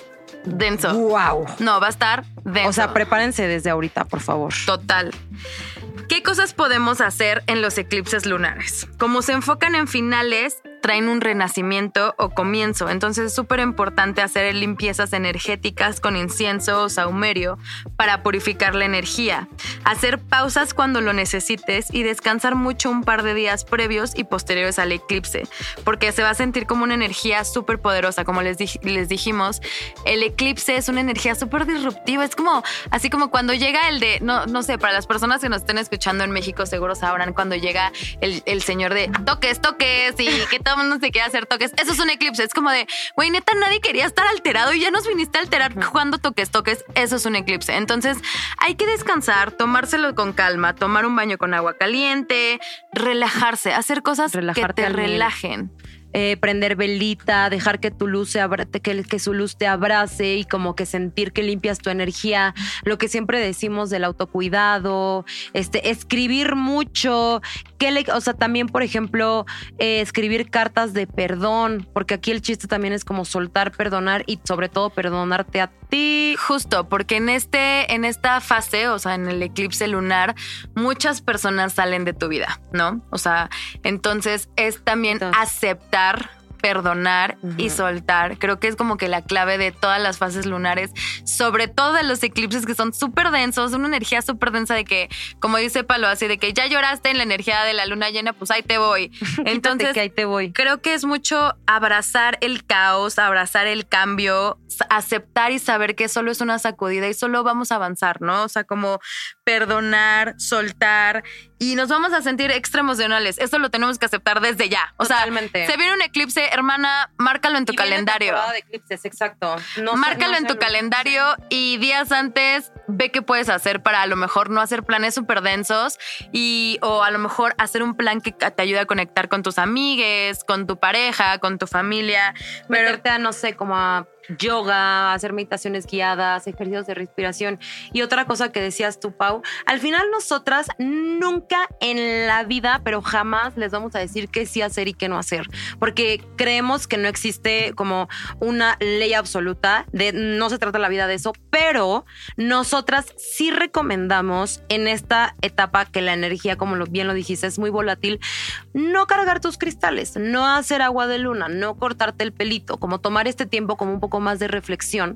S2: denso.
S1: Wow.
S2: No, va a estar denso.
S1: O sea, prepárense desde ahorita, por favor.
S2: Total. ¿Qué cosas podemos hacer en los eclipses lunares? Como se enfocan en finales, traen un renacimiento o comienzo. Entonces es súper importante hacer limpiezas energéticas con incienso o saumerio para purificar la energía. Hacer pausas cuando lo necesites y descansar mucho un par de días previos y posteriores al eclipse, porque se va a sentir como una energía súper poderosa. Como les, dij- les dijimos, el eclipse es una energía súper disruptiva. Es como, así como cuando llega el de, no, no sé, para las personas que nos estén escuchando en México seguro sabrán cuando llega el, el señor de toques, toques y que todo el mundo se quiere hacer toques. Eso es un eclipse. Es como de, güey, neta, nadie quería estar alterado y ya nos viniste a alterar jugando toques, toques. Eso es un eclipse. Entonces hay que descansar, tomárselo con calma, tomar un baño con agua caliente, relajarse, hacer cosas
S1: Relajarte
S2: que te
S1: al mil.
S2: relajen.
S1: Eh, prender velita, dejar que tu luz se abra, que, que su luz te abrace y como que sentir que limpias tu energía, lo que siempre decimos del autocuidado, este, escribir mucho, que le, o sea, también, por ejemplo, eh, escribir cartas de perdón, porque aquí el chiste también es como soltar, perdonar y sobre todo perdonarte a ti.
S2: Justo, porque en este, en esta fase, o sea, en el eclipse lunar, muchas personas salen de tu vida, ¿no? O sea, entonces es también
S1: Entonces,
S2: aceptar, perdonar uh-huh. y soltar. Creo que es como que la clave de todas las fases lunares, sobre todo de los eclipses que son súper densos, una energía súper densa de que, como dice Palo, así de que ya lloraste en la energía de la luna llena, pues ahí te voy. Entonces,
S1: que ahí te voy.
S2: Creo que es mucho abrazar el caos, abrazar el cambio, aceptar y saber que solo es una sacudida y solo vamos a avanzar, ¿no? O sea, como perdonar, soltar y nos vamos a sentir extra emocionales. Esto lo tenemos que aceptar desde ya. O
S1: Totalmente.
S2: sea, se viene un eclipse, hermana, márcalo en tu
S1: y
S2: calendario.
S1: De eclipses, exacto.
S2: No márcalo no en tu calendario y días antes ve qué puedes hacer para a lo mejor no hacer planes súper densos y o a lo mejor hacer un plan que te ayude a conectar con tus amigues, con tu pareja, con tu familia.
S1: Meterte a, no sé, como a yoga, hacer meditaciones guiadas, ejercicios de respiración. Y otra cosa que decías tú, Pau, al final nosotras nunca en la vida, pero jamás les vamos a decir qué sí hacer y qué no hacer, porque creemos que no existe como una ley absoluta, de no se trata la vida de eso, pero nosotras sí recomendamos en esta etapa que la energía, como lo, bien lo dijiste, es muy volátil, no cargar tus cristales, no hacer agua de luna, no cortarte el pelito, como tomar este tiempo como un poco más de reflexión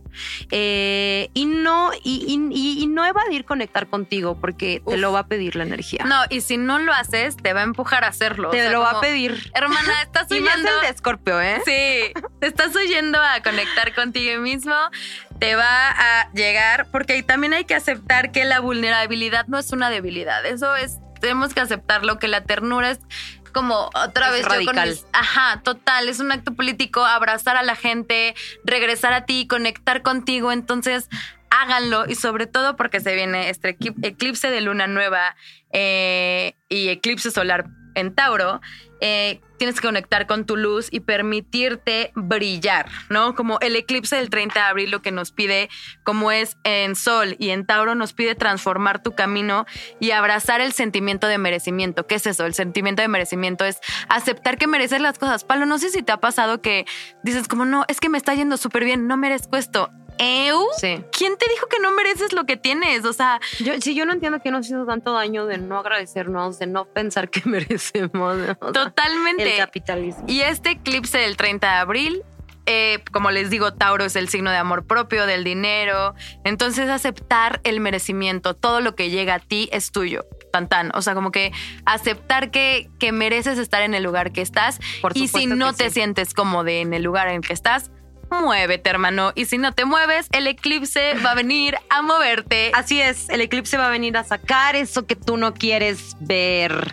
S1: eh, y no y, y, y no evadir conectar contigo porque Uf. te lo va a pedir la energía.
S2: No, y si no lo haces, te va a empujar a hacerlo.
S1: Te
S2: o sea,
S1: lo
S2: como,
S1: va a pedir.
S2: Hermana, estás huyendo.
S1: Y más el de Escorpio, ¿eh?
S2: Sí, te estás huyendo a conectar contigo mismo. Te va a llegar, porque también hay que aceptar que la vulnerabilidad no es una debilidad. Eso es, tenemos que aceptarlo, que la ternura es como otra
S1: es
S2: vez
S1: radical.
S2: Yo con mis, ajá, total, es un acto político, abrazar a la gente, regresar a ti, conectar contigo, entonces háganlo y sobre todo porque se viene este eclipse de luna nueva eh, y eclipse solar en Tauro, eh, tienes que conectar con tu luz y permitirte brillar, ¿no? Como el eclipse del treinta de abril lo que nos pide, como es en Sol y en Tauro, nos pide transformar tu camino y abrazar el sentimiento de merecimiento. ¿Qué es eso? El sentimiento de merecimiento es aceptar que mereces las cosas. Palo, no sé si te ha pasado que dices como, no, es que me está yendo súper bien, no merezco esto. ¿Eu?
S1: Sí.
S2: ¿Quién te dijo que no mereces lo que tienes? O sea,
S1: Yo, sí, yo no entiendo que nos hizo tanto daño de no agradecernos, de no pensar que merecemos. O sea,
S2: totalmente.
S1: el capitalismo.
S2: Y este eclipse del treinta de abril, eh, como les digo, Tauro es el signo de amor propio, del dinero. Entonces, aceptar el merecimiento, todo lo que llega a ti es tuyo. Tan, tan. O sea, como que aceptar que, que mereces estar en el lugar que estás.
S1: Por
S2: y si no te
S1: sí.
S2: sientes cómodo en el lugar en el que estás, muévete, hermano. Y si no te mueves, el eclipse va a venir a moverte.
S1: Así es, el eclipse va a venir a sacar eso que tú no quieres ver.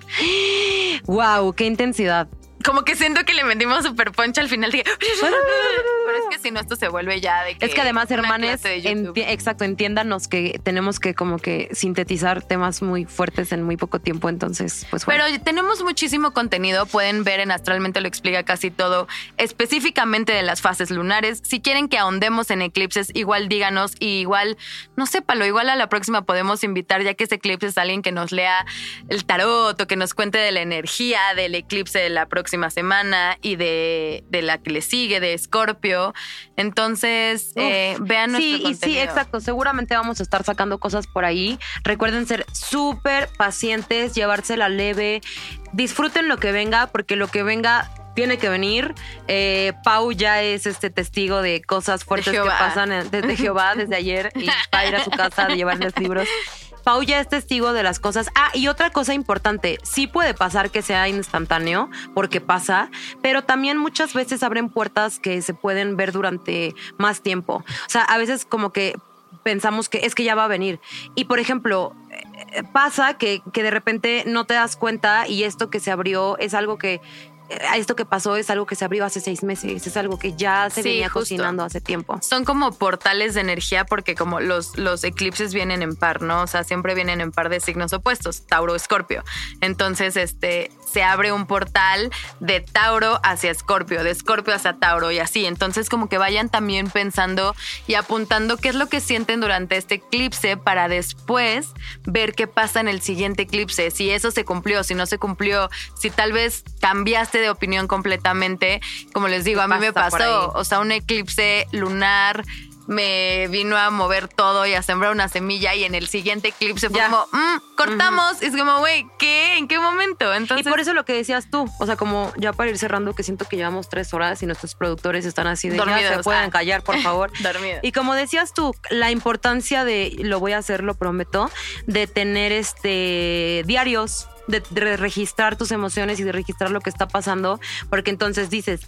S1: ¡Wow! ¡Qué intensidad!
S2: Como que siento que le metimos super poncha al final. Dije, pero es que si no, esto se vuelve ya de que...
S1: Es que además,
S2: una
S1: hermanes,
S2: clase de YouTube.
S1: enti- exacto, entiéndanos que tenemos que como que sintetizar temas muy fuertes en muy poco tiempo, entonces, pues bueno.
S2: Pero tenemos muchísimo contenido. Pueden ver en Astralmente lo explica casi todo, específicamente de las fases lunares. Si quieren que ahondemos en eclipses, igual díganos y igual, no sépalo, igual a la próxima podemos invitar, ya que ese eclipse es alguien que nos lea el tarot o que nos cuente de la energía del eclipse de la próxima semana y de, de la que le sigue, de Escorpio. Entonces, eh, vean nuestro
S1: Sí, y
S2: contenido.
S1: sí, exacto. Seguramente vamos a estar sacando cosas por ahí. Recuerden ser súper pacientes, llevársela leve. Disfruten lo que venga, porque lo que venga tiene que venir. Eh, Pau ya es este testigo de cosas fuertes que
S2: Jehová.
S1: pasan en- desde Jehová, desde ayer, y va a ir a su casa a llevarles libros. Pau ya es testigo de las cosas. Ah, y otra cosa importante, sí puede pasar que sea instantáneo, porque pasa, pero también muchas veces abren puertas que se pueden ver durante más tiempo. O sea, a veces como que pensamos que es que ya va a venir. Y por ejemplo, eh, pasa que, que de repente no te das cuenta y esto que se abrió es algo que esto que pasó es algo que se abrió hace seis meses, es algo que ya se
S2: Sí,
S1: venía
S2: justo.
S1: cocinando hace tiempo.
S2: Son como portales de energía porque como los, los eclipses vienen en par, ¿no? O sea, siempre vienen en par de signos opuestos, Tauro, Escorpio. Entonces, este, se abre un portal de Tauro hacia Escorpio, de Escorpio hacia Tauro y así. Entonces, como que vayan también pensando y apuntando qué es lo que sienten durante este eclipse para después ver qué pasa en el siguiente eclipse. Si eso se cumplió, si no se cumplió, si tal vez cambiaste de opinión completamente. Como les digo, a mí me
S1: Pasa por
S2: pasó,
S1: ahí.
S2: o sea, un eclipse lunar me vino a mover todo y a sembrar una semilla y en el siguiente eclipse fue
S1: Ya.
S2: como, mm, cortamos. Uh-huh. Y es como, güey, ¿qué? ¿En qué momento? Entonces,
S1: Y por eso lo que decías tú, o sea, como ya para ir cerrando, que siento que llevamos tres horas y nuestros productores están así de ya
S2: Dormidos,
S1: se pueden
S2: ah.
S1: callar, por favor.
S2: dormido.
S1: Y como decías tú, la importancia de, lo voy a hacer, lo prometo, de tener este diarios, de, de registrar tus emociones y de registrar lo que está pasando, porque entonces dices,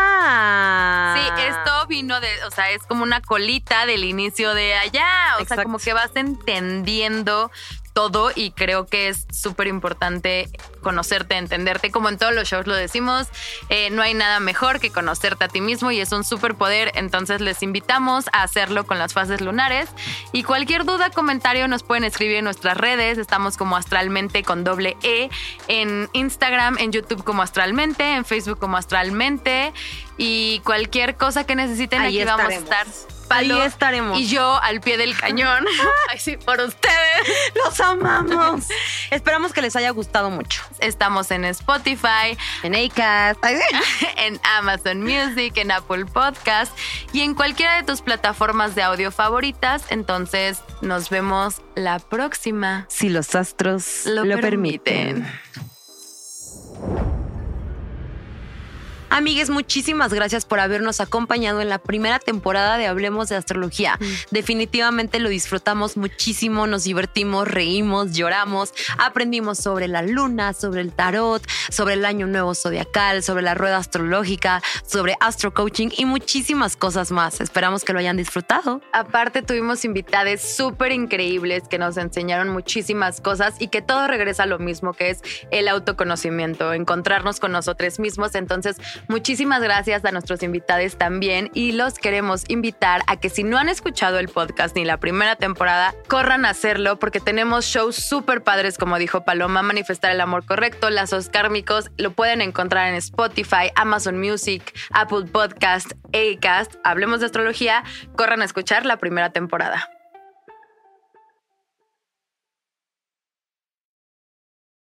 S1: ah.
S2: Sí, esto vino de, o sea, es como una colita del inicio de allá. O
S1: Exacto.
S2: sea, como que vas entendiendo todo y creo que es súper importante conocerte, entenderte. Como en todos los shows lo decimos, eh, no hay nada mejor que conocerte a ti mismo y es un superpoder. Entonces les invitamos a hacerlo con las fases lunares. Y cualquier duda, comentario nos pueden escribir en nuestras redes. Estamos como Astralmente con doble E en Instagram, en YouTube como Astralmente, en Facebook como Astralmente. Y cualquier cosa que necesiten,
S1: Ahí
S2: aquí vamos a
S1: estaremos.
S2: estar.
S1: Ahí
S2: Palo
S1: estaremos.
S2: y yo al pie del cañón. Ay, sí, por ustedes.
S1: Los amamos. Esperamos que les haya gustado mucho.
S2: Estamos en Spotify,
S1: En Acast.
S2: en Amazon Music, en Apple Podcast y en cualquiera de tus plataformas de audio favoritas. Entonces, nos vemos la próxima.
S1: Si los astros
S2: Lo
S1: lo,
S2: permiten.
S1: permiten. Amigues, muchísimas gracias por habernos acompañado en la primera temporada de Hablemos de Astrología. Mm. Definitivamente lo disfrutamos muchísimo, nos divertimos, reímos, lloramos, aprendimos sobre la luna, sobre el tarot, sobre el año nuevo zodiacal, sobre la rueda astrológica, sobre astro coaching y muchísimas cosas más. Esperamos que lo hayan disfrutado.
S2: Aparte, tuvimos invitades súper increíbles que nos enseñaron muchísimas cosas y que todo regresa a lo mismo, que es el autoconocimiento, encontrarnos con nosotros mismos. Entonces, muchísimas gracias a nuestros invitados también y los queremos invitar a que si no han escuchado el podcast ni la primera temporada, corran a hacerlo porque tenemos shows súper padres, como dijo Paloma, Manifestar el Amor Correcto, Lazos Kármicos, lo pueden encontrar en Spotify, Amazon Music, Apple Podcast, Acast, Hablemos de Astrología, corran a escuchar la primera temporada.